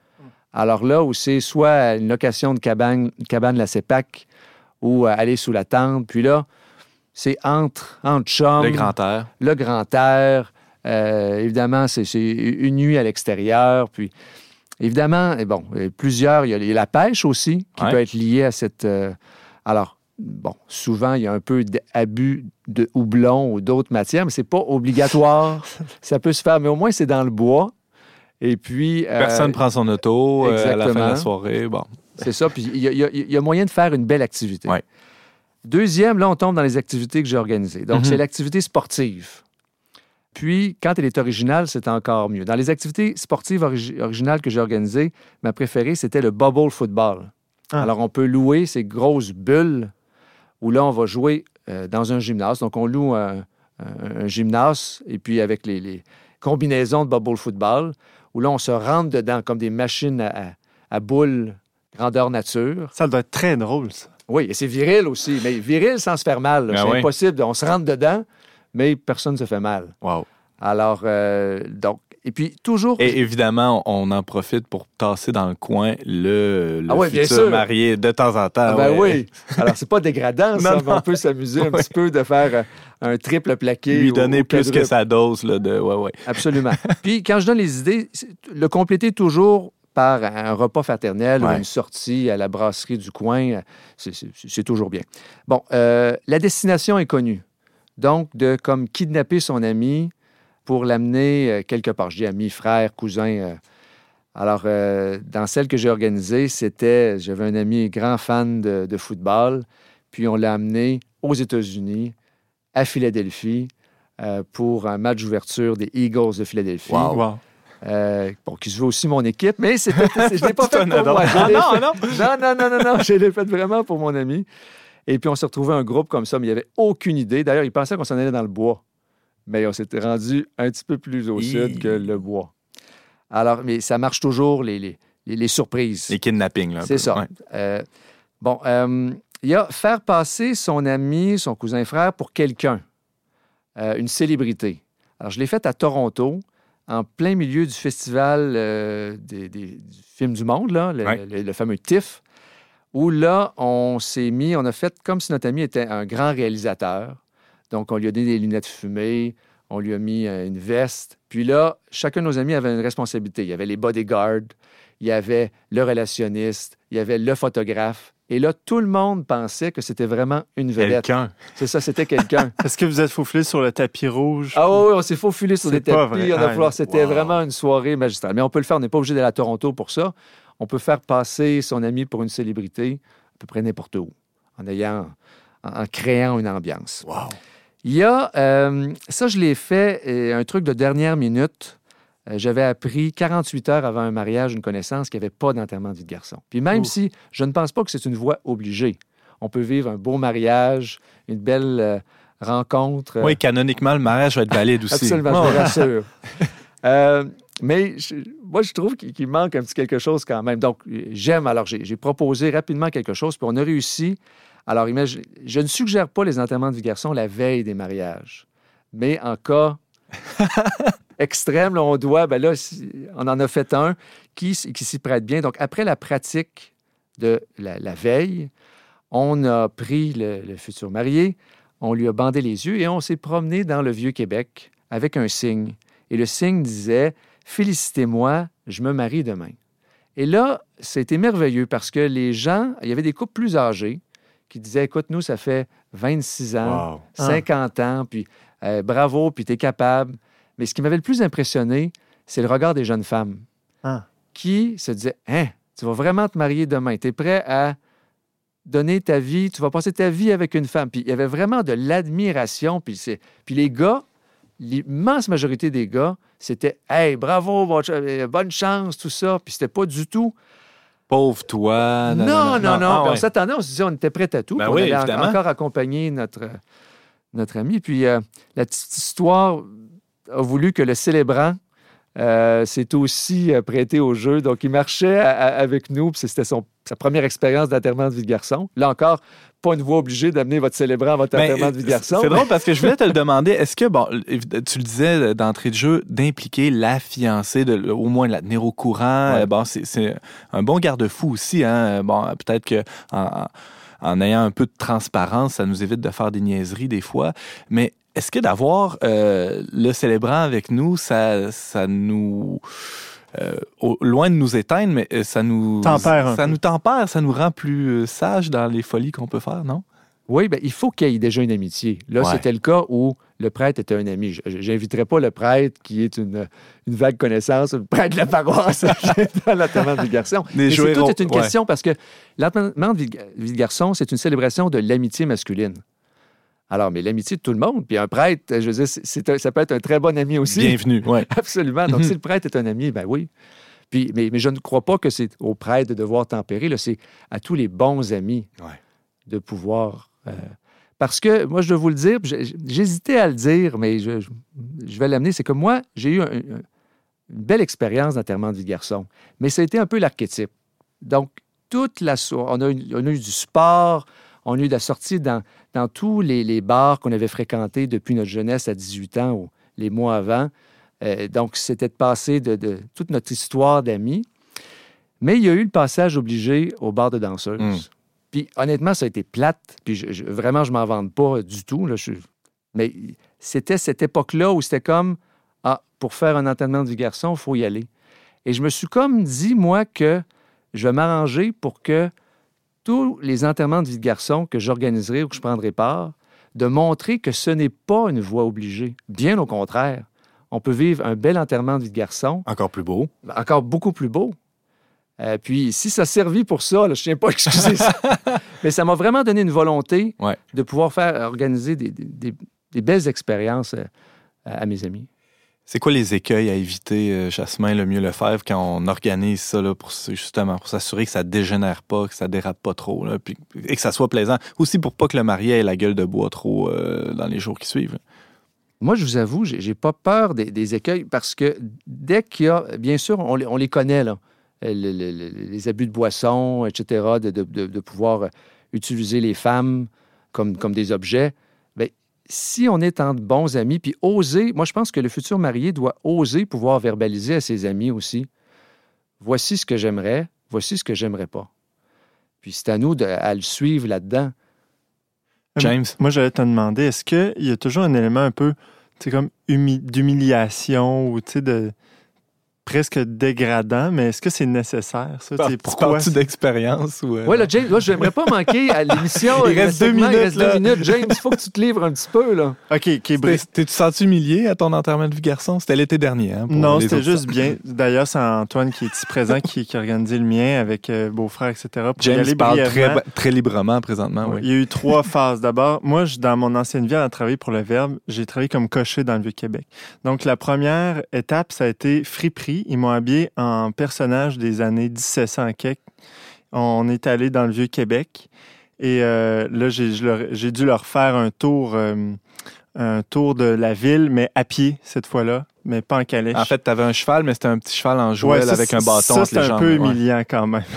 Alors là, où c'est soit une location de cabane, cabane la CEPAC ou aller sous la tente, puis là, c'est entre, entre chums. Le grand air. Le grand air. Euh, évidemment, c'est, c'est une nuit à l'extérieur, puis... Évidemment, et bon, plusieurs, il y a la pêche aussi qui ouais. peut être liée à cette... Euh, alors, bon, souvent, il y a un peu d'abus de houblon ou d'autres matières, mais c'est pas obligatoire. Ça peut se faire, mais au moins, c'est dans le bois. Et puis... Euh, Personne prend son auto euh, à la fin de la soirée, bon. C'est ça, puis il y, y, y a moyen de faire une belle activité. Ouais. Deuxième, là, on tombe dans les activités que j'ai organisées. Donc, mm-hmm. c'est l'activité sportive. Puis, quand elle est originale, c'est encore mieux. Dans les activités sportives origi- originales que j'ai organisées, ma préférée, c'était le bubble football. Ah. Alors, on peut louer ces grosses bulles où là, on va jouer euh, dans un gymnase. Donc, on loue un, un, un gymnase et puis avec les, les combinaisons de bubble football où là, on se rentre dedans comme des machines à, à, à boules grandeur nature. Ça doit être très drôle, ça. Oui, et c'est viril aussi, mais viril sans se faire mal. Ben c'est oui. impossible. On se rentre dedans, mais personne ne se fait mal. Wow. Alors, euh, donc, et puis toujours... Et évidemment, on en profite pour tasser dans le coin le, le ah oui, futur marié de temps en temps. Ah ben ouais. oui. Alors, c'est pas dégradant, ça, non, mais on peut s'amuser un ouais. petit peu de faire un triple plaqué. Lui donner au, au plus quadruple. que sa dose, là, de... Ouais, ouais. Absolument. Puis, quand je donne les idées, le compléter toujours par un repas fraternel ouais. ou une sortie à la brasserie du coin, c'est, c'est, c'est toujours bien. Bon, euh, la destination est connue. Donc, de comme kidnapper son ami pour l'amener euh, quelque part. Je dis ami, frère, cousin. Euh. Alors, euh, dans celle que j'ai organisée, c'était, j'avais un ami grand fan de, de football, puis on l'a amené aux États-Unis, à Philadelphie, euh, pour un match d'ouverture des Eagles de Philadelphie. Wow. wow. Euh, bon, qui se veut aussi mon équipe, mais c'était, c'est, je ne l'ai pas fait pour adore. moi. Ah, non, fait... non. non, non, non, non, non, je l'ai fait vraiment pour mon ami. Et puis, on s'est retrouvé un groupe comme ça, mais il n'y avait aucune idée. D'ailleurs, il pensait qu'on s'en allait dans le bois, mais on s'était rendu un petit peu plus au Et... sud que le bois. Alors, mais ça marche toujours, les, les, les, les surprises. Les kidnappings, là. C'est peu. ça. Ouais. Euh, bon, euh, il y a faire passer son ami, son cousin frère pour quelqu'un, euh, une célébrité. Alors, je l'ai fait à Toronto, en plein milieu du festival euh, des, des, du film du monde, là, le, Ouais. le, le fameux TIFF, où là, on s'est mis, on a fait comme si notre ami était un grand réalisateur. Donc, on lui a donné des lunettes fumées, on lui a mis euh, une veste. Puis là, chacun de nos amis avait une responsabilité. Il y avait les bodyguards, il y avait le relationniste, il y avait le photographe. Et là, tout le monde pensait que c'était vraiment une vedette. Quelqu'un. C'est ça, c'était quelqu'un. Est-ce que vous êtes faufilé sur le tapis rouge? Ah oui, on s'est faufilé sur C'est des pas tapis. vrai. On a Ah, falloir- c'était wow. vraiment une soirée magistrale. Mais on peut le faire, on n'est pas obligé d'aller à Toronto pour ça. On peut faire passer son ami pour une célébrité à peu près n'importe où, en ayant, en, en créant une ambiance. Wow. Il y a, euh, ça je l'ai fait, euh, un truc de dernière minute. Euh, j'avais appris quarante-huit heures avant un mariage une connaissance qui n'avait pas d'enterrement de vie de garçon. Puis même Ouf. si je ne pense pas que c'est une voie obligée, on peut vivre un beau mariage, une belle euh, rencontre. euh, Oui, canoniquement, le mariage va être valide aussi. Absolument, Ouais. je vous rassure. Euh, mais je- moi, je trouve qu'il, qu'il manque un petit quelque chose quand même. Donc, j'aime. Alors, j'ai, j'ai proposé rapidement quelque chose, puis on a réussi. Alors, imagine, je ne suggère pas les enterrements de vie de garçon la veille des mariages. Mais en cas extrême, là, on doit, ben là, si- on en a fait un qui, s- qui s'y prête bien. Donc, après la pratique de la, la veille, on a pris le, le futur marié, on lui a bandé les yeux et on s'est promené dans le Vieux-Québec avec un signe. Et le signe disait « Félicitez-moi, je me marie demain ». Et là, c'était merveilleux parce que les gens, il y avait des couples plus âgés qui disaient « Écoute, nous, ça fait vingt-six ans, Wow. cinquante ans, puis euh, bravo, puis t'es capable ». Mais ce qui m'avait le plus impressionné, c'est le regard des jeunes femmes Ah. qui se disaient « Hein, tu vas vraiment te marier demain, tu es prêt à donner ta vie, tu vas passer ta vie avec une femme. » Puis il y avait vraiment de l'admiration. Puis, c'est... puis les gars, l'immense majorité des gars, c'était « Hey, bravo, bon- euh, bonne chance, tout ça. » Puis c'était pas du tout Pauvre toi. non, non, non. Ah, Puis on ouais. s'attendait, on se disait, on était prêt à tout. Ben Puis on oui, allait en- évidemment. encore accompagner notre, notre ami. Puis euh, la petite histoire a voulu que le célébrant euh, s'est aussi euh, prêté au jeu. Donc, il marchait à- à- avec nous. Puis c'était son, sa première expérience d'enterrement de vie de garçon. Là encore, pas une voie obligée d'amener votre célébrant à votre Mais, enterrement de vie de garçon. C'est drôle parce que je voulais te le demander. Est-ce que, bon, tu le disais d'entrée de jeu, d'impliquer la fiancée, de, au moins de la tenir au courant, Ouais. euh, bon, c'est, c'est un bon garde-fou aussi. Hein? Bon, peut-être que en, en ayant un peu de transparence, ça nous évite de faire des niaiseries des fois. Mais est-ce que d'avoir euh, le célébrant avec nous, ça, ça nous... Euh, au- loin de nous éteindre, mais euh, ça nous Tempère un ça peu. nous tempère, ça nous rend plus euh, sages dans les folies qu'on peut faire, non? Oui, bien, il faut qu'il y ait déjà une amitié. Là, Ouais. c'était le cas où le prêtre était un ami. Je n'inviterais pas le prêtre qui est une, une vague connaissance, le prêtre de la paroisse, dans l'enterrement de vie de garçon. Des Mais c'est jouets tout ro- est une ouais. question parce que l'enterrement de vie de vie de garçon, c'est une célébration de l'amitié masculine. Alors, mais l'amitié de tout le monde. Puis un prêtre, je veux dire, c'est- c'est un- ça peut être un très bon ami aussi. Bienvenue, ouais. Absolument. Donc, Mhm. si le prêtre est un ami, ben oui. Puis, mais, mais je ne crois pas que c'est au prêtre de devoir tempérer. Là, c'est à tous les bons amis Ouais. de pouvoir... euh, parce que, moi, je dois vous le dire, puis j'ai- j'hésitais à le dire, mais je, je- je vais l'amener, c'est que moi, j'ai eu un- un- une belle expérience d'enterrement de vie de garçon, mais ça a été un peu l'archétype. Donc, toute la soirée, on a, eu- on a eu du sport, on a eu de la sortie dans, dans tous les, les bars qu'on avait fréquentés depuis notre jeunesse à dix-huit ans, ou les mois avant. Euh, donc, c'était de passer de, de toute notre histoire d'amis. Mais il y a eu le passage obligé au bar de danseuses. Mm. Puis, honnêtement, ça a été plate. Puis, je, je- vraiment, je m'en vante pas du tout. Là, je, mais c'était cette époque-là où c'était comme, ah, pour faire un enterrement du garçon, il faut y aller. Et je me suis comme dit, moi, que je vais m'arranger pour que tous les enterrements de vie de garçon que j'organiserai ou que je prendrai part, de montrer que ce n'est pas une voie obligée. Bien au contraire. on peut vivre un bel enterrement de vie de garçon. Encore plus beau. Encore beaucoup plus beau. Euh, puis, si ça servait pour ça, là, je ne tiens pas à excuser ça, mais ça m'a vraiment donné une volonté ouais. de pouvoir faire organiser des, des, des belles expériences euh, à mes amis. C'est quoi les écueils à éviter, euh, Jasmin, le mieux le faire quand on organise ça là, pour, justement, pour s'assurer que ça ne dégénère pas, que ça dérape pas trop là, puis, et que ça soit plaisant? Aussi pour pas que le marié ait la gueule de bois trop euh, dans les jours qui suivent. Moi, je vous avoue, j'ai, j'ai pas peur des, des écueils parce que dès qu'il y a... Bien sûr, on les, on les connaît, là. Le, le, le, les abus de boissons, et cetera, de, de, de, de pouvoir utiliser les femmes comme, comme des objets. Bien, si on est entre bons amis, puis oser... Moi, je pense que le futur marié doit oser pouvoir verbaliser à ses amis aussi. Voici ce que j'aimerais, voici ce que j'aimerais pas. Puis c'est à nous de à le suivre là-dedans. James? Moi, j'allais te demander, est-ce qu'il y a toujours un élément un peu, tu sais, comme humi- d'humiliation ou, tu sais, de... presque dégradant, mais est-ce que c'est nécessaire, ça? Par, pourquoi parles-tu d'expérience? Ou, euh... Oui, là, James, là, je n'aimerais pas manquer à l'émission. Il reste deux minutes, Il reste là. deux minutes. James, il faut que tu te livres un petit peu, là. OK, OK. Bref. T'es-tu senti humilié à ton enterrement de vie garçon? C'était l'été dernier, hein? pour Non, les c'était autres juste gens. bien. D'ailleurs, c'est Antoine qui est ici présent, qui, qui a organisé le mien avec euh, beau-frère, et cetera. Pour y James aller parle brièvement. très, très librement présentement, Ouais, oui. il y a eu trois phases. D'abord, moi, je, dans mon ancienne vie, à travailler pour le Verbe, j'ai travaillé comme cocher dans le Vieux-Québec. Donc, la première étape, ça a été friperie. Ils m'ont habillé en personnage des années dix-sept cents quelques. On est allé dans le Vieux-Québec et euh, là, j'ai, je leur, j'ai dû leur faire un tour, euh, un tour de la ville, mais à pied cette fois-là, mais pas en calèche. En fait, tu avais un cheval, mais c'était un petit cheval en jouet Ouais, ça, avec un bâton ça, entre c'est les un jambes. peu ouais. humiliant quand même.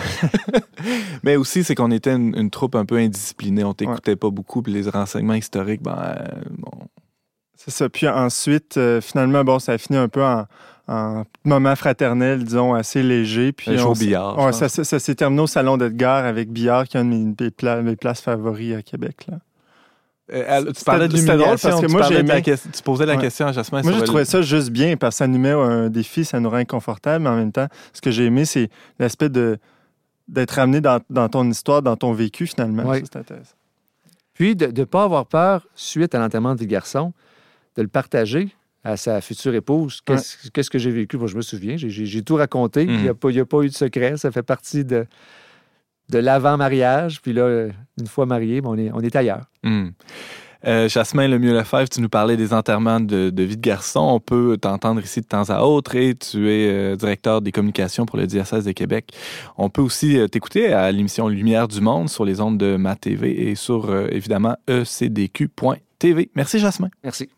Mais aussi, c'est qu'on était une, une troupe un peu indisciplinée. On t'écoutait ouais. pas beaucoup, puis les renseignements historiques, ben, euh, bon. C'est ça. Puis ensuite, euh, finalement, bon, ça a fini un peu en, en moment fraternel, disons, assez léger. Puis on, on au billard. Ouais, ça, ça, ça s'est terminé au Salon d'Edgar avec billard, qui est une de mes, pla- mes places favoris à Québec, là. Euh, tu parlais de c'était drôle l'humiliation, parce que tu, moi, j'ai la question, tu posais la ouais. question à Jasmin. Moi, sur j'ai le... trouvé ça juste bien parce que ça nous met un défi, ça nous rend inconfortable, mais en même temps, ce que j'ai aimé, c'est l'aspect de, d'être ramené dans, dans ton histoire, dans ton vécu, finalement. Oui. Ça, c'est intéressant. Puis, de ne pas avoir peur, suite à l'enterrement de vie garçon, de le partager à sa future épouse. Qu'est-ce, ouais. qu'est-ce que j'ai vécu? Bon, je me souviens, j'ai, j'ai, j'ai tout raconté. Mm. Il n'y a, a pas eu de secret. Ça fait partie de, de l'avant-mariage. Puis là, une fois marié, on est, on est ailleurs. Mm. Euh, Jasmin Lemieux-Lefebvre, tu nous parlais des enterrements de, de vie de garçon. On peut t'entendre ici de temps à autre et tu es euh, directeur des communications pour le diocèse de Québec. On peut aussi euh, t'écouter à l'émission Lumière du Monde sur les ondes de Ma T V et sur, euh, évidemment, e c d q point t v. Merci, Jasmin. Merci.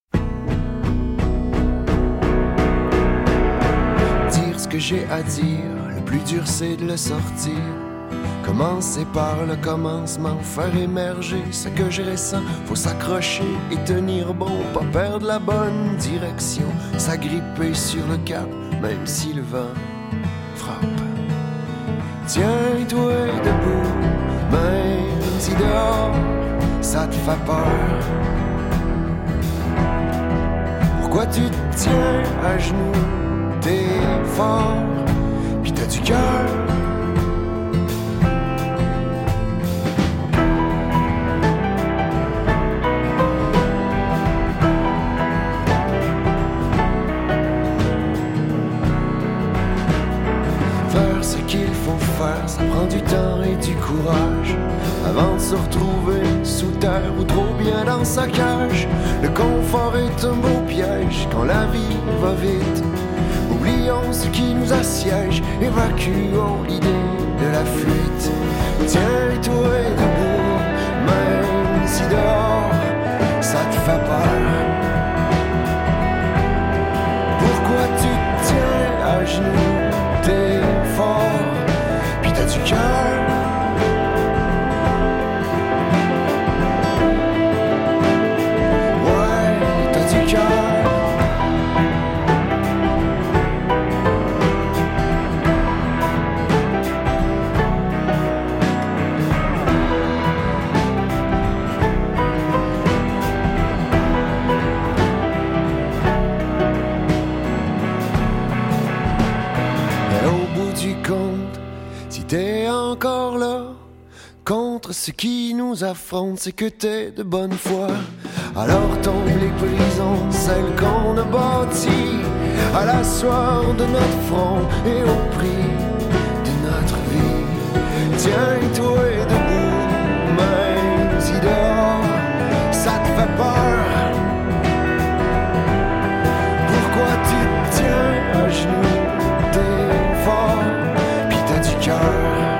Dire ce que j'ai à dire, le plus dur c'est de le sortir. Commencer par le commencement, faire émerger ce que je ressens. Faut s'accrocher et tenir bon, pas perdre la bonne direction. S'agripper sur le cap, même si le vent frappe. Tiens-toi debout, même si dehors ça te fait peur. Pourquoi tu te tiens à genoux, t'es fort, pis t'as du cœur. Ça prend du temps et du courage avant de se retrouver sous terre ou trop bien dans sa cage. Le confort est un beau piège quand la vie va vite. Oublions ce qui nous assiège, évacuons l'idée de la fuite. Tiens-toi debout, même si dehors ça te fait peur. Pourquoi tu te tiens à genoux, t'es fort. T'as du cœur. Ouais, t'as du cœur. contre ce qui nous affronte, c'est que t'es de bonne foi. Alors tombent les prisons, celles qu'on a bâties, à la sueur de notre front et au prix de notre vie. Tiens-toi debout, même si dehors ça te fait peur. Pourquoi tu te tiens à genoux? T'es fort, pis t'as du cœur.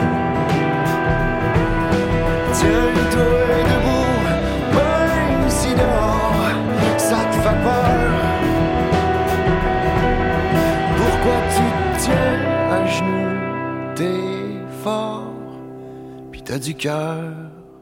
Tiens-toi debout, même si dehors ça te fait peur. Pourquoi tu te tiens à genoux? T'es fort, pis t'as du cœur.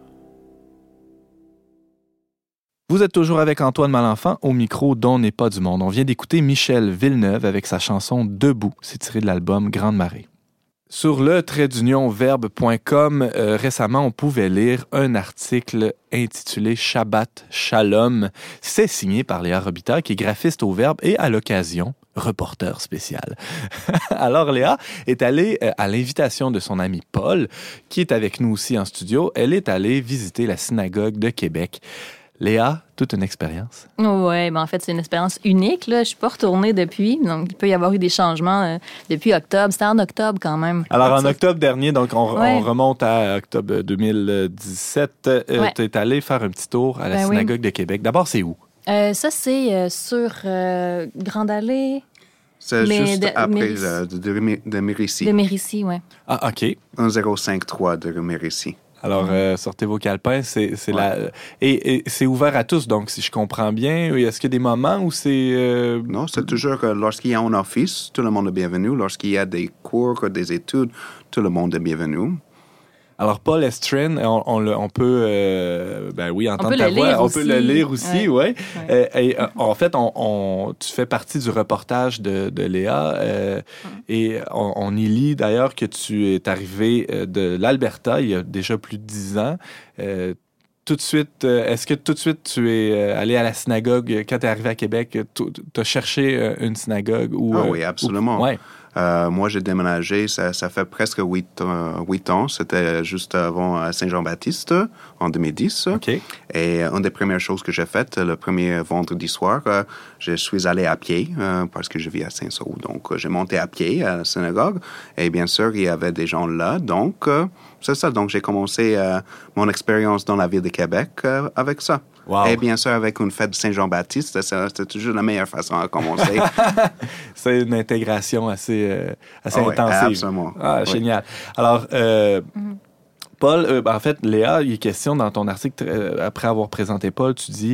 Vous êtes toujours avec Antoine Malenfant au micro d'On n'est pas du monde. On vient d'écouter Michel Villeneuve avec sa chanson Debout. C'est tiré de l'album Grande Marée. Sur le trait d'union verbe point com, euh, récemment, on pouvait lire un article intitulé Shabbat Shalom. C'est signé par Léa Robitaille, qui est graphiste au Verbe et, à l'occasion, reporter spécial. Alors, Léa est allée, euh, à l'invitation de son ami Paul, qui est avec nous aussi en studio, elle est allée visiter la synagogue de Québec. Léa, toute une expérience. Oui, ben en fait, c'est une expérience unique. Là. Je ne suis pas retournée depuis, donc il peut y avoir eu des changements euh, depuis octobre. C'était en octobre quand même. Alors, en octobre dernier, donc on, ouais. on remonte à octobre deux mille dix-sept, euh, ouais. tu es allé faire un petit tour à la ben synagogue oui. de Québec. D'abord, c'est où? Euh, ça, c'est euh, sur euh, Grande Allée. C'est mais juste de, après Méris... euh, de, de, de Mérisy. De Mérisy, oui. Ah, OK. un zéro cinq trois de Mérisy. Alors, euh, sortez vos calepins. C'est, c'est ouais. la... et, et c'est ouvert à tous, donc, si je comprends bien. Est-ce qu'il y a des moments où c'est... Euh... Non, c'est toujours que lorsqu'il y a un office, tout le monde est bienvenu. Lorsqu'il y a des cours, des études, tout le monde est bienvenu. Alors, Paul Estrin, on, on, on peut, euh, ben oui, entendre ta voix. On peut le lire aussi, oui. Ouais. Ouais. Et, et, en fait, on, on, tu fais partie du reportage de, de Léa. Euh, ouais. Et on, on y lit d'ailleurs que tu es arrivé de l'Alberta il y a déjà plus de dix ans. Euh, tout de suite, est-ce que tout de suite tu es allé à la synagogue quand tu es arrivé à Québec? Tu as cherché une synagogue? Ou, ah oui, absolument. Ou, ouais. Euh, moi, j'ai déménagé, ça, ça fait presque huit, euh, huit ans. C'était juste avant Saint-Jean-Baptiste, en deux mille dix. Okay. Et une des premières choses que j'ai faites, le premier vendredi soir, euh, je suis allé à pied, euh, parce que je vis à Saint-Saul. Donc, euh, j'ai monté à pied à la synagogue. Et bien sûr, il y avait des gens là. Donc, euh, c'est ça. Donc, j'ai commencé euh, mon expérience dans la ville de Québec euh, avec ça. Wow. Et bien sûr, avec une fête de Saint-Jean-Baptiste, c'est toujours la meilleure façon à commencer. C'est une intégration assez, euh, assez oh, intensive. Oui, absolument. Ah, oui. Génial. Alors, euh, mm-hmm. Paul, euh, en fait, Léa, il est question dans ton article, euh, après avoir présenté Paul, tu dis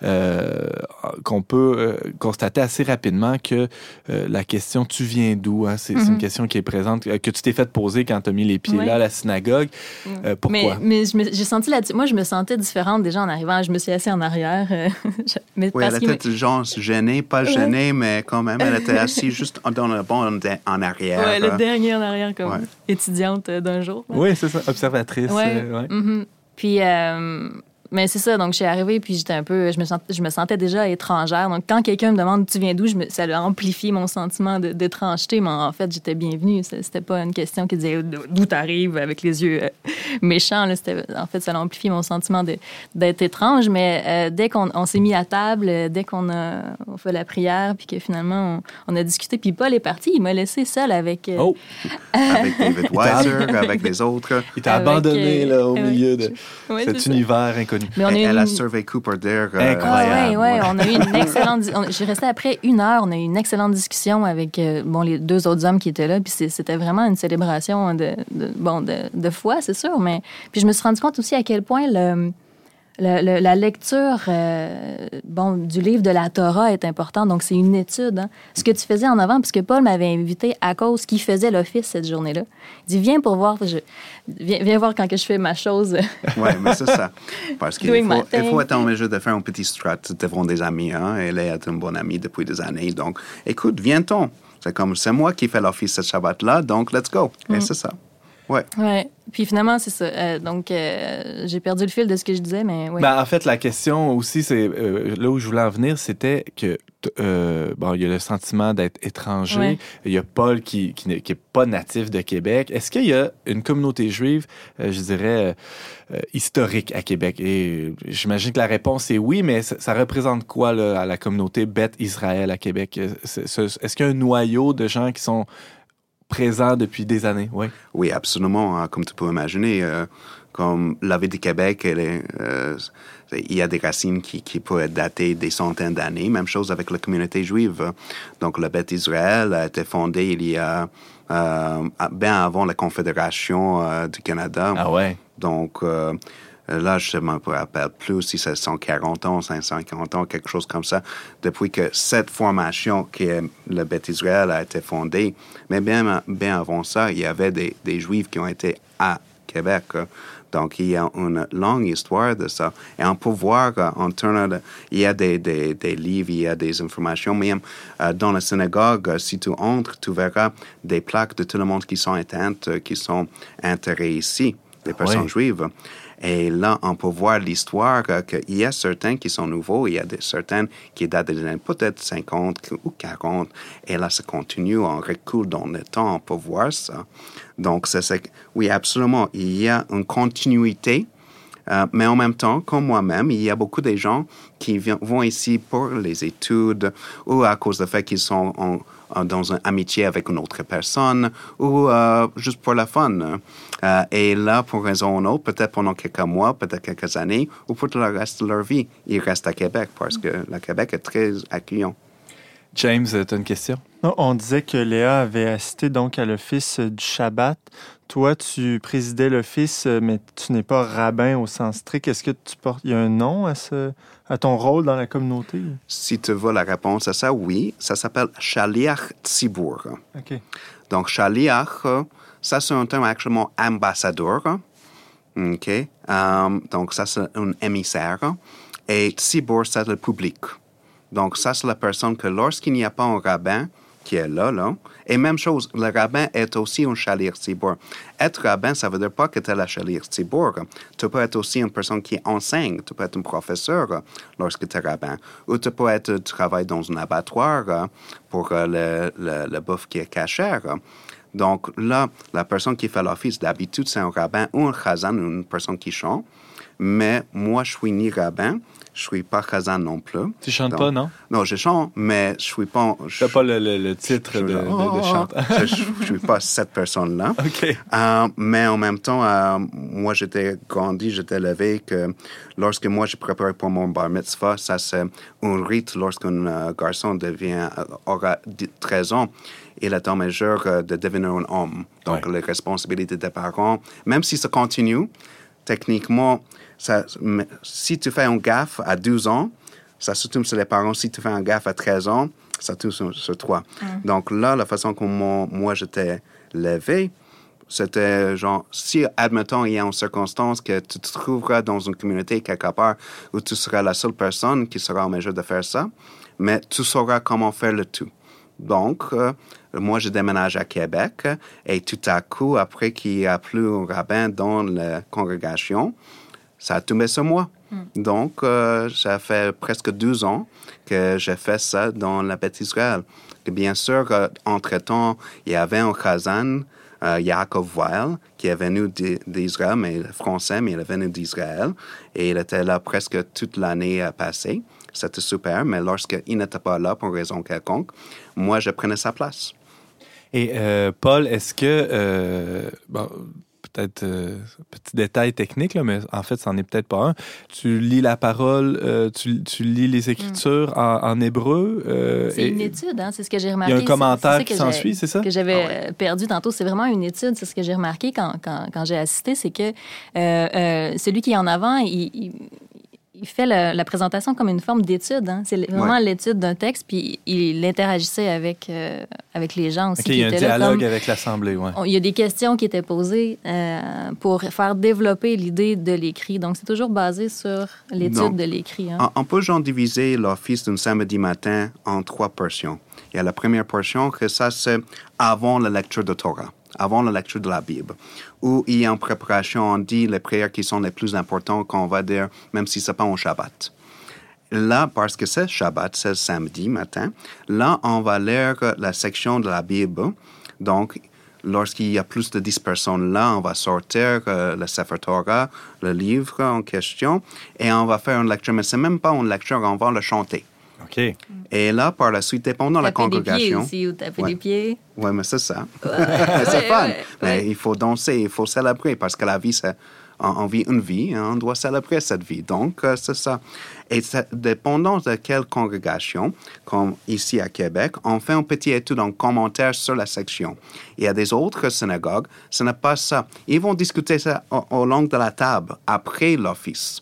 euh, qu'on peut euh, constater assez rapidement que euh, la question « tu viens d'où hein, ?» c'est, mm-hmm. c'est une question qui est présente, euh, que tu t'es fait poser quand tu as mis les pieds oui. là à la synagogue. Euh, pourquoi? Mais, mais je me, j'ai senti là, moi, je me sentais différente déjà en arrivant. Je me suis assise en arrière. Euh, je, mais oui, parce elle était me... genre gênée, pas gênée, oui. mais quand même, elle était assise juste dans le bon en arrière. Oui, le dernier en arrière, comme ouais. étudiante d'un jour. Là. Oui, c'est ça, observatrice. Ouais. Euh, ouais. Mm-hmm. Puis, euh, mais c'est ça. Donc, je suis arrivée, puis j'étais un peu, je me sentais, je me sentais déjà étrangère. Donc, quand quelqu'un me demande tu viens d'où, je me, ça a amplifié mon sentiment de, d'étrangeté. Mais en fait, j'étais bienvenue. C'était pas une question qui disait d'où t'arrives avec les yeux euh, méchants. Là. C'était, en fait, ça a amplifié mon sentiment de, d'être étrange. Mais euh, dès qu'on on s'est mis à table, dès qu'on a on fait la prière, puis que finalement on, on a discuté, puis Paul est parti, il m'a laissé seule avec. Euh, oh. avec David Weiser, avec les autres. Il t'a avec, abandonné là au euh, milieu de ouais, cet univers ça. Inconnu. Mais on a elle une... a surveillé Cooper Dare. Euh, Incroyable. Oui, ouais, ouais. On a eu une excellente... on... J'ai resté après une heure, on a eu une excellente discussion avec euh, bon, les deux autres hommes qui étaient là, puis c'était vraiment une célébration de, de, bon, de, de foi, c'est sûr, mais puis je me suis rendu compte aussi à quel point le... Le, le, la lecture euh, bon, du livre de la Torah est importante. Donc, c'est une étude. Hein. Ce que tu faisais en avant, puisque Paul m'avait invité à cause qu'il faisait l'office cette journée-là. Il dit, viens pour voir. Je, viens, viens voir quand que je fais ma chose. Oui, mais c'est ça. Parce qu'il faut, il faut être en mesure de faire un petit strat devant des amis. Hein. Elle est une bonne amie depuis des années. Donc, écoute, viens-t'en. C'est comme, c'est moi qui fais l'office ce Shabbat-là, donc let's go. Mm. Et c'est ça. Oui. Ouais. Puis finalement, c'est ça. Euh, donc, euh, j'ai perdu le fil de ce que je disais, mais oui. Ben, en fait, la question aussi, c'est euh, là où je voulais en venir, c'était que euh, bon, il y a le sentiment d'être étranger. Ouais. Il y a Paul qui qui n'est qui est pas natif de Québec. Est-ce qu'il y a une communauté juive, euh, je dirais, euh, historique à Québec? Et j'imagine que la réponse est oui, mais ça, ça représente quoi là, à la communauté Beth Israël à Québec? C'est, c'est, est-ce qu'il y a un noyau de gens qui sont présents depuis des années? Oui. Oui, absolument. Comme tu peux imaginer, euh, comme la ville de Québec, elle est, euh, il y a des racines qui, qui peuvent être datées des centaines d'années. Même chose avec la communauté juive. Donc, le Beth Israël a été fondé il y a euh, bien avant la Confédération euh, du Canada. Ah ouais. Donc, euh, là, je ne me rappelle plus si c'est cent quarante ans, cinq cent quarante ans, quelque chose comme ça, depuis que cette formation qui est le Beth Israël a été fondée. Mais bien, bien avant ça, il y avait des, des Juifs qui ont été à Québec. Donc, il y a une longue histoire de ça. Et on peut voir, en termes de, il y a des, des, des livres, il y a des informations. Même euh, dans la synagogue, si tu entres, tu verras des plaques de tout le monde qui sont éteintes, qui sont enterrées ici, des personnes Oui. juives. Et là, on peut voir l'histoire euh, qu'il y a certains qui sont nouveaux, il y a des, certains qui datent des années peut-être cinquante ou quarante. Et là, ça continue, on recule dans le temps, on peut voir ça. Donc, c'est, c'est, oui, absolument, il y a une continuité. Euh, mais en même temps, comme moi-même, il y a beaucoup de gens qui vi- vont ici pour les études ou à cause du fait qu'ils sont en, en, dans une amitié avec une autre personne ou euh, juste pour la fun. Euh, et là, pour raison ou autre, peut-être pendant quelques mois, peut-être quelques années, ou pour tout le reste de leur vie, ils restent à Québec parce que le Québec est très accueillant. James, tu as une question? Non, on disait que Léa avait assisté donc à l'office du Shabbat. Toi, tu présidais l'office, mais tu n'es pas rabbin au sens strict. Est-ce que tu portes, il y a un nom à, ce, à ton rôle dans la communauté? Si tu veux la réponse à ça, oui. Ça s'appelle Shaliach Tzibur. OK. Donc, Shaliach, ça c'est un terme actuellement ambassadeur. OK. Um, donc, ça c'est un émissaire. Et Tzibur, c'est le public. Donc, ça c'est la personne que lorsqu'il n'y a pas un rabbin qui est là, là, et même chose, le rabbin est aussi un Shaliach Tzibur. Être rabbin, ça ne veut dire pas que tu es la Shaliach Tzibur. Tu peux être aussi une personne qui enseigne. Tu peux être un professeur lorsque tu es rabbin. Ou tu peux être, tu travailles dans un abattoir pour le, le, le bouffe qui est cachère. Donc là, la personne qui fait l'office, d'habitude, c'est un rabbin ou un chazan, une personne qui chante. Mais moi, je suis ni rabbin, je suis pas chazan non plus. Tu chantes Donc, pas, non? Non, je chante, mais je suis pas... Tu n'as pas le, le, le titre je, de, de, de chanteur. je, je suis pas cette personne-là. OK. Euh, mais en même temps, euh, moi, j'étais grandi, j'étais élevé que lorsque moi, je préparais pour mon bar mitzvah, ça, c'est un rite lorsqu'un euh, garçon devient, euh, aura treize ans. Il est en mesure euh, de devenir un homme. Donc, ouais. les responsabilités des parents, même si ça continue, techniquement, ça, si tu fais un gaffe à douze ans, ça se tombe sur les parents. Si tu fais un gaffe à treize ans, ça tombe sur, sur toi. Mm. Donc là, la façon comment moi, j'étais levé, c'était genre, si, admettons, il y a une circonstance que tu te trouveras dans une communauté quelque part où tu seras la seule personne qui sera en mesure de faire ça, mais tu sauras comment faire le tout. Donc, euh, moi, je déménage à Québec et tout à coup, après qu'il n'y a plus un rabbin dans la congrégation, ça a tombé sur moi. Mm. Donc, euh, ça fait presque douze ans que j'ai fait ça dans la Beth Israël. Et bien sûr, euh, entre-temps, il y avait un chazan, euh, Yaakov Weil, qui est venu d'Israël, mais français, mais il est venu d'Israël. Et il était là presque toute l'année passée. C'était super, mais lorsqu'il n'était pas là pour raison quelconque, moi, je prenais sa place. Et euh, Paul, est-ce que... Euh, bon, peut-être euh, petit détail technique, là, mais en fait, c'en est peut-être pas un. Tu lis la parole, euh, tu, tu lis les Écritures mm. en, en hébreu. Euh, c'est et, une étude, hein, c'est ce que j'ai remarqué. Il y a un commentaire c'est, c'est qui s'ensuit, c'est ça? Que j'avais ah ouais. perdu tantôt. C'est vraiment une étude. C'est ce que j'ai remarqué quand, quand, quand j'ai assisté. C'est que euh, euh, celui qui est en avant, il... il il fait le, la présentation comme une forme d'étude. Hein. C'est vraiment ouais. l'étude d'un texte, puis il interagissait avec, euh, avec les gens aussi. Okay, qui il y a un étaient dialogue là, comme, avec l'Assemblée. Ouais. On, il y a des questions qui étaient posées euh, pour faire développer l'idée de l'écrit. Donc, c'est toujours basé sur l'étude Donc, de l'écrit. Hein. On, on peut genre diviser l'office d'un samedi matin en trois portions. Il y a la première portion, que ça, c'est avant la lecture de Torah. avant la lecture de la Bible, où il y a en préparation, on dit les prières qui sont les plus importantes qu'on va dire, même si ce n'est pas en Shabbat. Là, parce que c'est Shabbat, c'est samedi matin, là, on va lire la section de la Bible. Donc, lorsqu'il y a plus de dix personnes là, on va sortir euh, le Sefer Torah, le livre en question, et on va faire une lecture. Mais ce n'est même pas une lecture, on va le chanter. OK. Et là, par la suite, dépendant de la congrégation... Taper des pieds aussi, ou taper ouais. des pieds. Oui, mais c'est ça. Ouais, c'est ouais, fun. ouais, mais ouais. il faut danser, il faut célébrer, parce que la vie, c'est... On, on vit une vie, hein, on doit célébrer cette vie. Donc, euh, c'est ça. Et ça, dépendant de quelle congrégation, comme ici à Québec, on fait une petite étude, un commentaire sur la section. Il y a des autres synagogues, ce n'est pas ça. Ils vont discuter ça au, au long de la table, après l'office.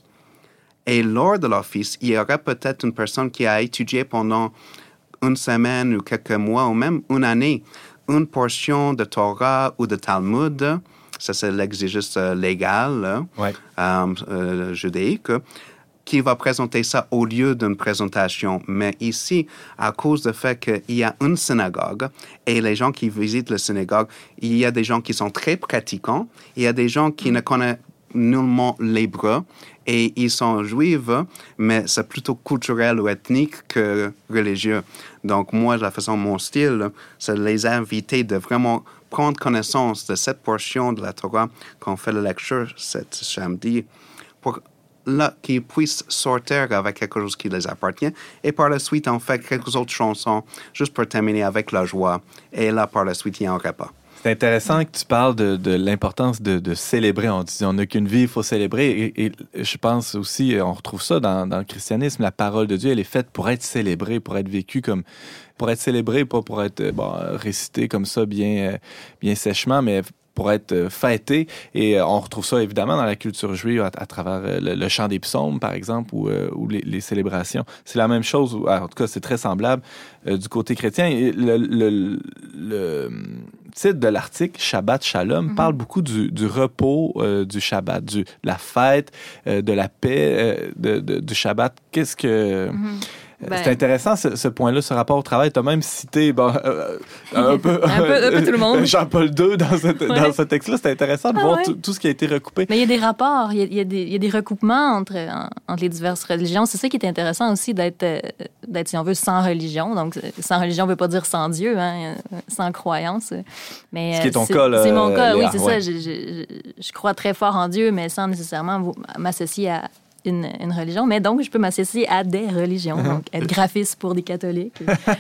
Et lors de l'office, il y aura peut-être une personne qui a étudié pendant une semaine ou quelques mois ou même une année une portion de Torah ou de Talmud. Ça, c'est l'exégèse légal ouais. euh, euh, judaïque, qui va présenter ça au lieu d'une présentation. Mais ici, à cause du fait qu'il y a une synagogue et les gens qui visitent la synagogue, il y a des gens qui sont très pratiquants, il y a des gens qui ne connaissent nullement l'hébreu et ils sont juifs, mais c'est plutôt culturel ou ethnique que religieux. Donc, moi, la façon, mon style, c'est les inviter de vraiment prendre connaissance de cette portion de la Torah qu'on fait la lecture cet samedi pour là, qu'ils puissent sortir avec quelque chose qui les appartient. Et par la suite, on fait quelques autres chansons juste pour terminer avec la joie. Et là, par la suite, il y a un repas. C'est intéressant que tu parles de, de l'importance de, de célébrer. On dit on n'a qu'une vie, il faut célébrer. Et, et je pense aussi, on retrouve ça dans, dans le christianisme, la parole de Dieu, elle est faite pour être célébrée, pour être vécue comme... pour être célébrée, pas pour être bon, récitée comme ça bien, bien sèchement, mais pour être fêtée. Et on retrouve ça évidemment dans la culture juive à, à travers le, le chant des psaumes, par exemple, ou, euh, ou les, les célébrations. C'est la même chose, ou, en tout cas, c'est très semblable euh, du côté chrétien. Et le, le, le titre de l'article, Shabbat Shalom, mm-hmm. parle beaucoup du, du repos euh, du Shabbat, du, de la fête, euh, de la paix euh, de, de, du Shabbat. Qu'est-ce que... Mm-hmm. Ben, c'est intéressant ce, ce point-là, ce rapport au travail. Tu as même cité bon, euh, un, peu, un, peu, un peu tout le monde. Jean-Paul deux dans, cette, ouais. dans ce texte-là. C'est intéressant de ah, voir ouais. tout, tout ce qui a été recoupé. Mais il y a des rapports, il y a, il y a, des, il y a des recoupements entre, en, entre les diverses religions. C'est ça qui est intéressant aussi d'être, d'être, si on veut, sans religion. Donc, sans religion ne veut pas dire sans Dieu, hein, sans croyance. Mais, ce qui est ton c'est, cas, là. C'est mon cas, Léa, oui, c'est ouais. ça. Je, je, je crois très fort en Dieu, mais sans nécessairement m'associer à Une, une religion, mais donc je peux m'associer à des religions, donc être graphiste pour des catholiques.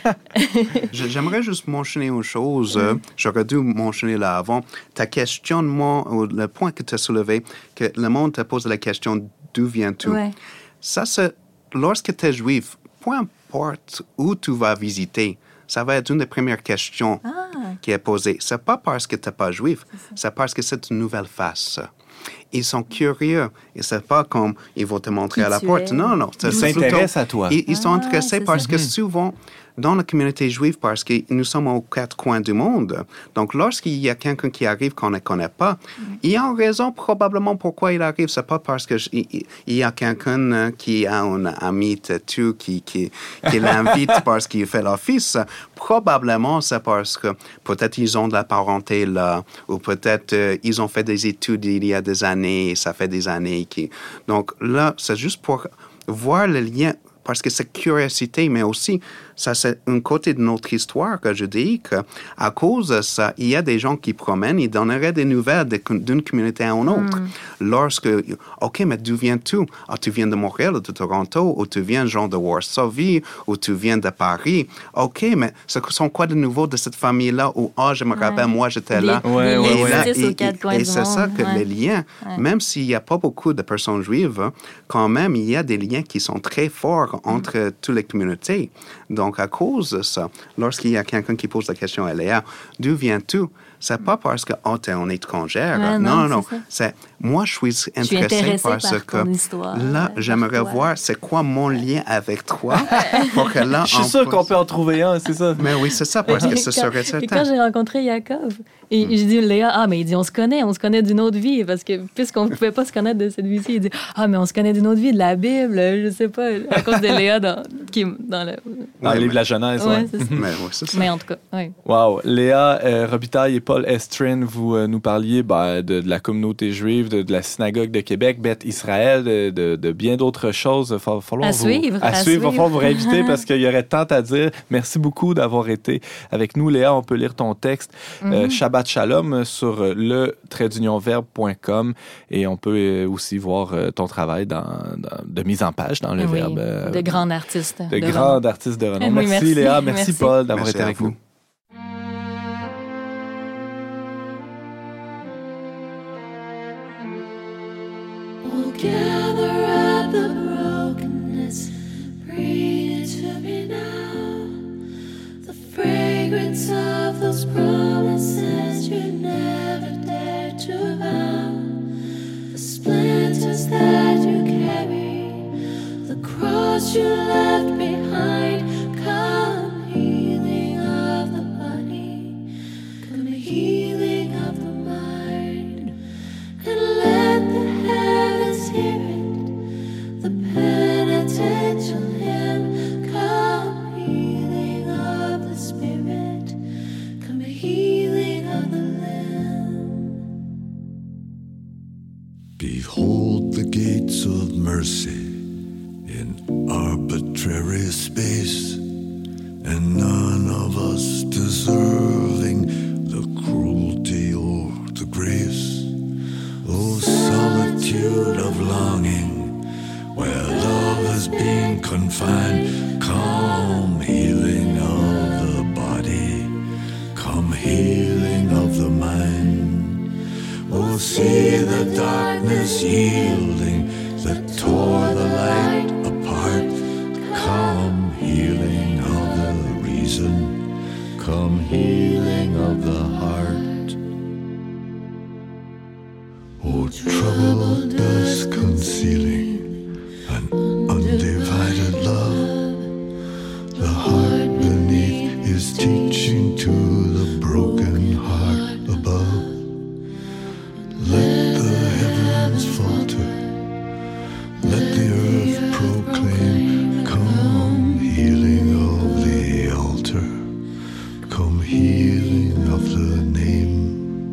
J'aimerais juste mentionner une chose, mm. j'aurais dû mentionner là avant, ta questionnement, ou le point que tu as soulevé, que le monde te pose la question d'où viens-tu? Ouais. Ça, c'est, lorsque tu es juif, peu importe où tu vas visiter, ça va être une des premières questions ah. qui est posée. C'est pas parce que tu n'es pas juif, c'est, c'est parce que c'est une nouvelle face. Ils sont curieux. Et c'est pas comme ils vont te montrer qui à la porte. Es. Non, non. Ils s'intéressent à toi. Ils, ils ah, sont intéressés parce ça. que souvent, dans la communauté juive, parce que nous sommes aux quatre coins du monde, donc lorsqu'il y a quelqu'un qui arrive qu'on ne connaît pas, mm. il y a une raison probablement pourquoi il arrive. C'est pas parce qu'il y a quelqu'un qui a un ami têtu qui, qui, qui l'invite parce qu'il fait l'office. Probablement, c'est parce que peut-être ils ont de la parenté là, ou peut-être euh, ils ont fait des études il y a des années, ça fait des années. Qui... Donc là, c'est juste pour voir le lien, parce que c'est curiosité, mais aussi, ça c'est un côté de notre histoire que je dis qu'à cause de ça, il y a des gens qui promènent, ils donneraient des nouvelles d'une communauté à une autre. Mm. Lorsque, OK, mais d'où viens-tu? Ah, tu viens de Montréal ou de Toronto, ou tu viens genre de Varsovie, ou tu viens de Paris. OK, mais ce sont quoi de nouveau de cette famille-là où, ah, oh, je me rappelle, ouais. moi, j'étais les, là. Ouais, ouais, et ouais. Là, et, et, et c'est ça que ouais. les liens, ouais. même s'il n'y a pas beaucoup de personnes juives, quand même, il y a des liens qui sont très forts entre mm. toutes les communautés. Donc, à cause de ça, lorsqu'il y a quelqu'un qui pose la question à Léa, d'où viens-tu? C'est pas parce que, oh, t'es une étrangère. Ouais, non, non, non. C'est, c'est moi, je suis intéressée parce par que histoire, là, j'aimerais toi. voir c'est quoi mon lien avec toi. Pour que là, je suis sûr peut... qu'on peut en trouver un, c'est ça. Mais oui, c'est ça, parce que ce serait certain. Et quand j'ai rencontré Jacob, Et mm. j'ai dit, Léa, ah, mais il dit, on se connaît, on se connaît d'une autre vie, parce que puisqu'on ne pouvait pas se connaître de cette vie-ci, il dit, ah, mais on se connaît d'une autre vie, de la Bible, je sais pas, à cause de Léa dans, qui est dans le... Dans le livre de la Genèse, ouais. ouais. C'est ça. Mais, ouais, c'est ça. Mais en tout cas, oui. Wow. Léa euh, Robitaille et Paul Estrin, vous euh, nous parliez ben, de, de la communauté juive, de, de la synagogue de Québec, Beth Israël, de, de, de bien d'autres choses. Il va falloir à vous, suivre. À, à suivre. Il va falloir vous réinviter parce qu'il y aurait tant à dire. Merci beaucoup d'avoir été avec nous, Léa. On peut lire ton texte mm-hmm. euh, Shabbat Shalom sur le trait d'union verbe point com et on peut aussi voir ton travail dans, dans, de mise en page dans le oui, verbe. Euh, de grands artistes. De, de grands artistes de renom. Oui, merci, merci Léa. Merci, merci. Paul d'avoir merci été avec vous. nous. We'll gather at the brokenness, bring it to me now. The fragrance of those promises you never dared to vow. The splinters that you carry, the cross you left behind. Come healing of the body, come healing of the mind, and let the heavens hear it, the penitential hymn. Come healing of the spirit, come healing of the limb. Behold the gates of mercy in arbitrary space, and none of us deserving the cruelty or the grace. Oh, solitude of longing, where love has been confined, come healing of the body, come healing of the mind. Oh, see the darkness yielding that tore the light apart. Come healing of the reason, come healing of the heart. Oh, troubled dusk concealing an undivided love. The heart beneath is teaching to the broken heart above. Let the heavens falter, let the earth proclaim, come healing of the altar, come healing of the name.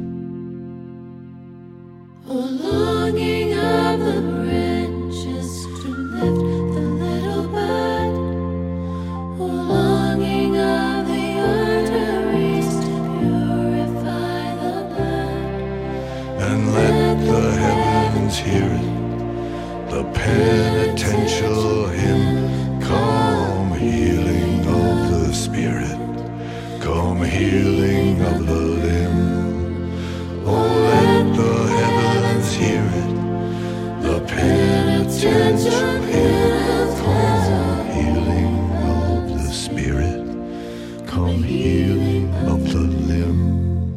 Oh, longing of the branches to lift the little bud. Oh, longing of the arteries to purify the blood. And let the heavens hear it, the penitential hymn. Come healing of the spirit, come healing of the limb. Oh, let the heavens hear it, the penitential hymn. Come healing of the spirit, come healing of the limb.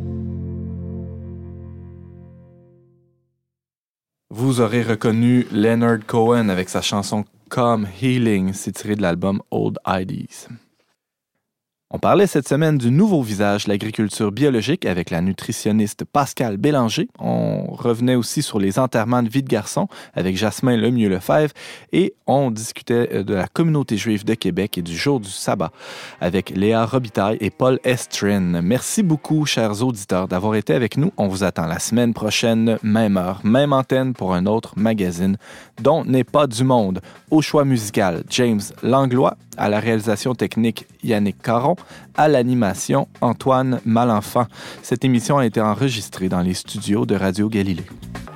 Vous aurez reconnu Leonard Cohen avec sa chanson Come Healing, c'est tiré de l'album Old I Ds. On parlait cette semaine du nouveau visage de l'agriculture biologique avec la nutritionniste Pascale Bélanger. On revenait aussi sur les enterrements de vie de garçon avec Jasmin Lemieux-Lefebvre et on discutait de la communauté juive de Québec et du jour du sabbat avec Léa Robitaille et Paul Estrin. Merci beaucoup, chers auditeurs, d'avoir été avec nous. On vous attend la semaine prochaine, même heure, même antenne pour un autre magazine dont n'est pas du monde. Au choix musical, James Langlois. À la réalisation technique, Yannick Caron. À l'animation, Antoine Malenfant. Cette émission a été enregistrée dans les studios de Radio Galilée.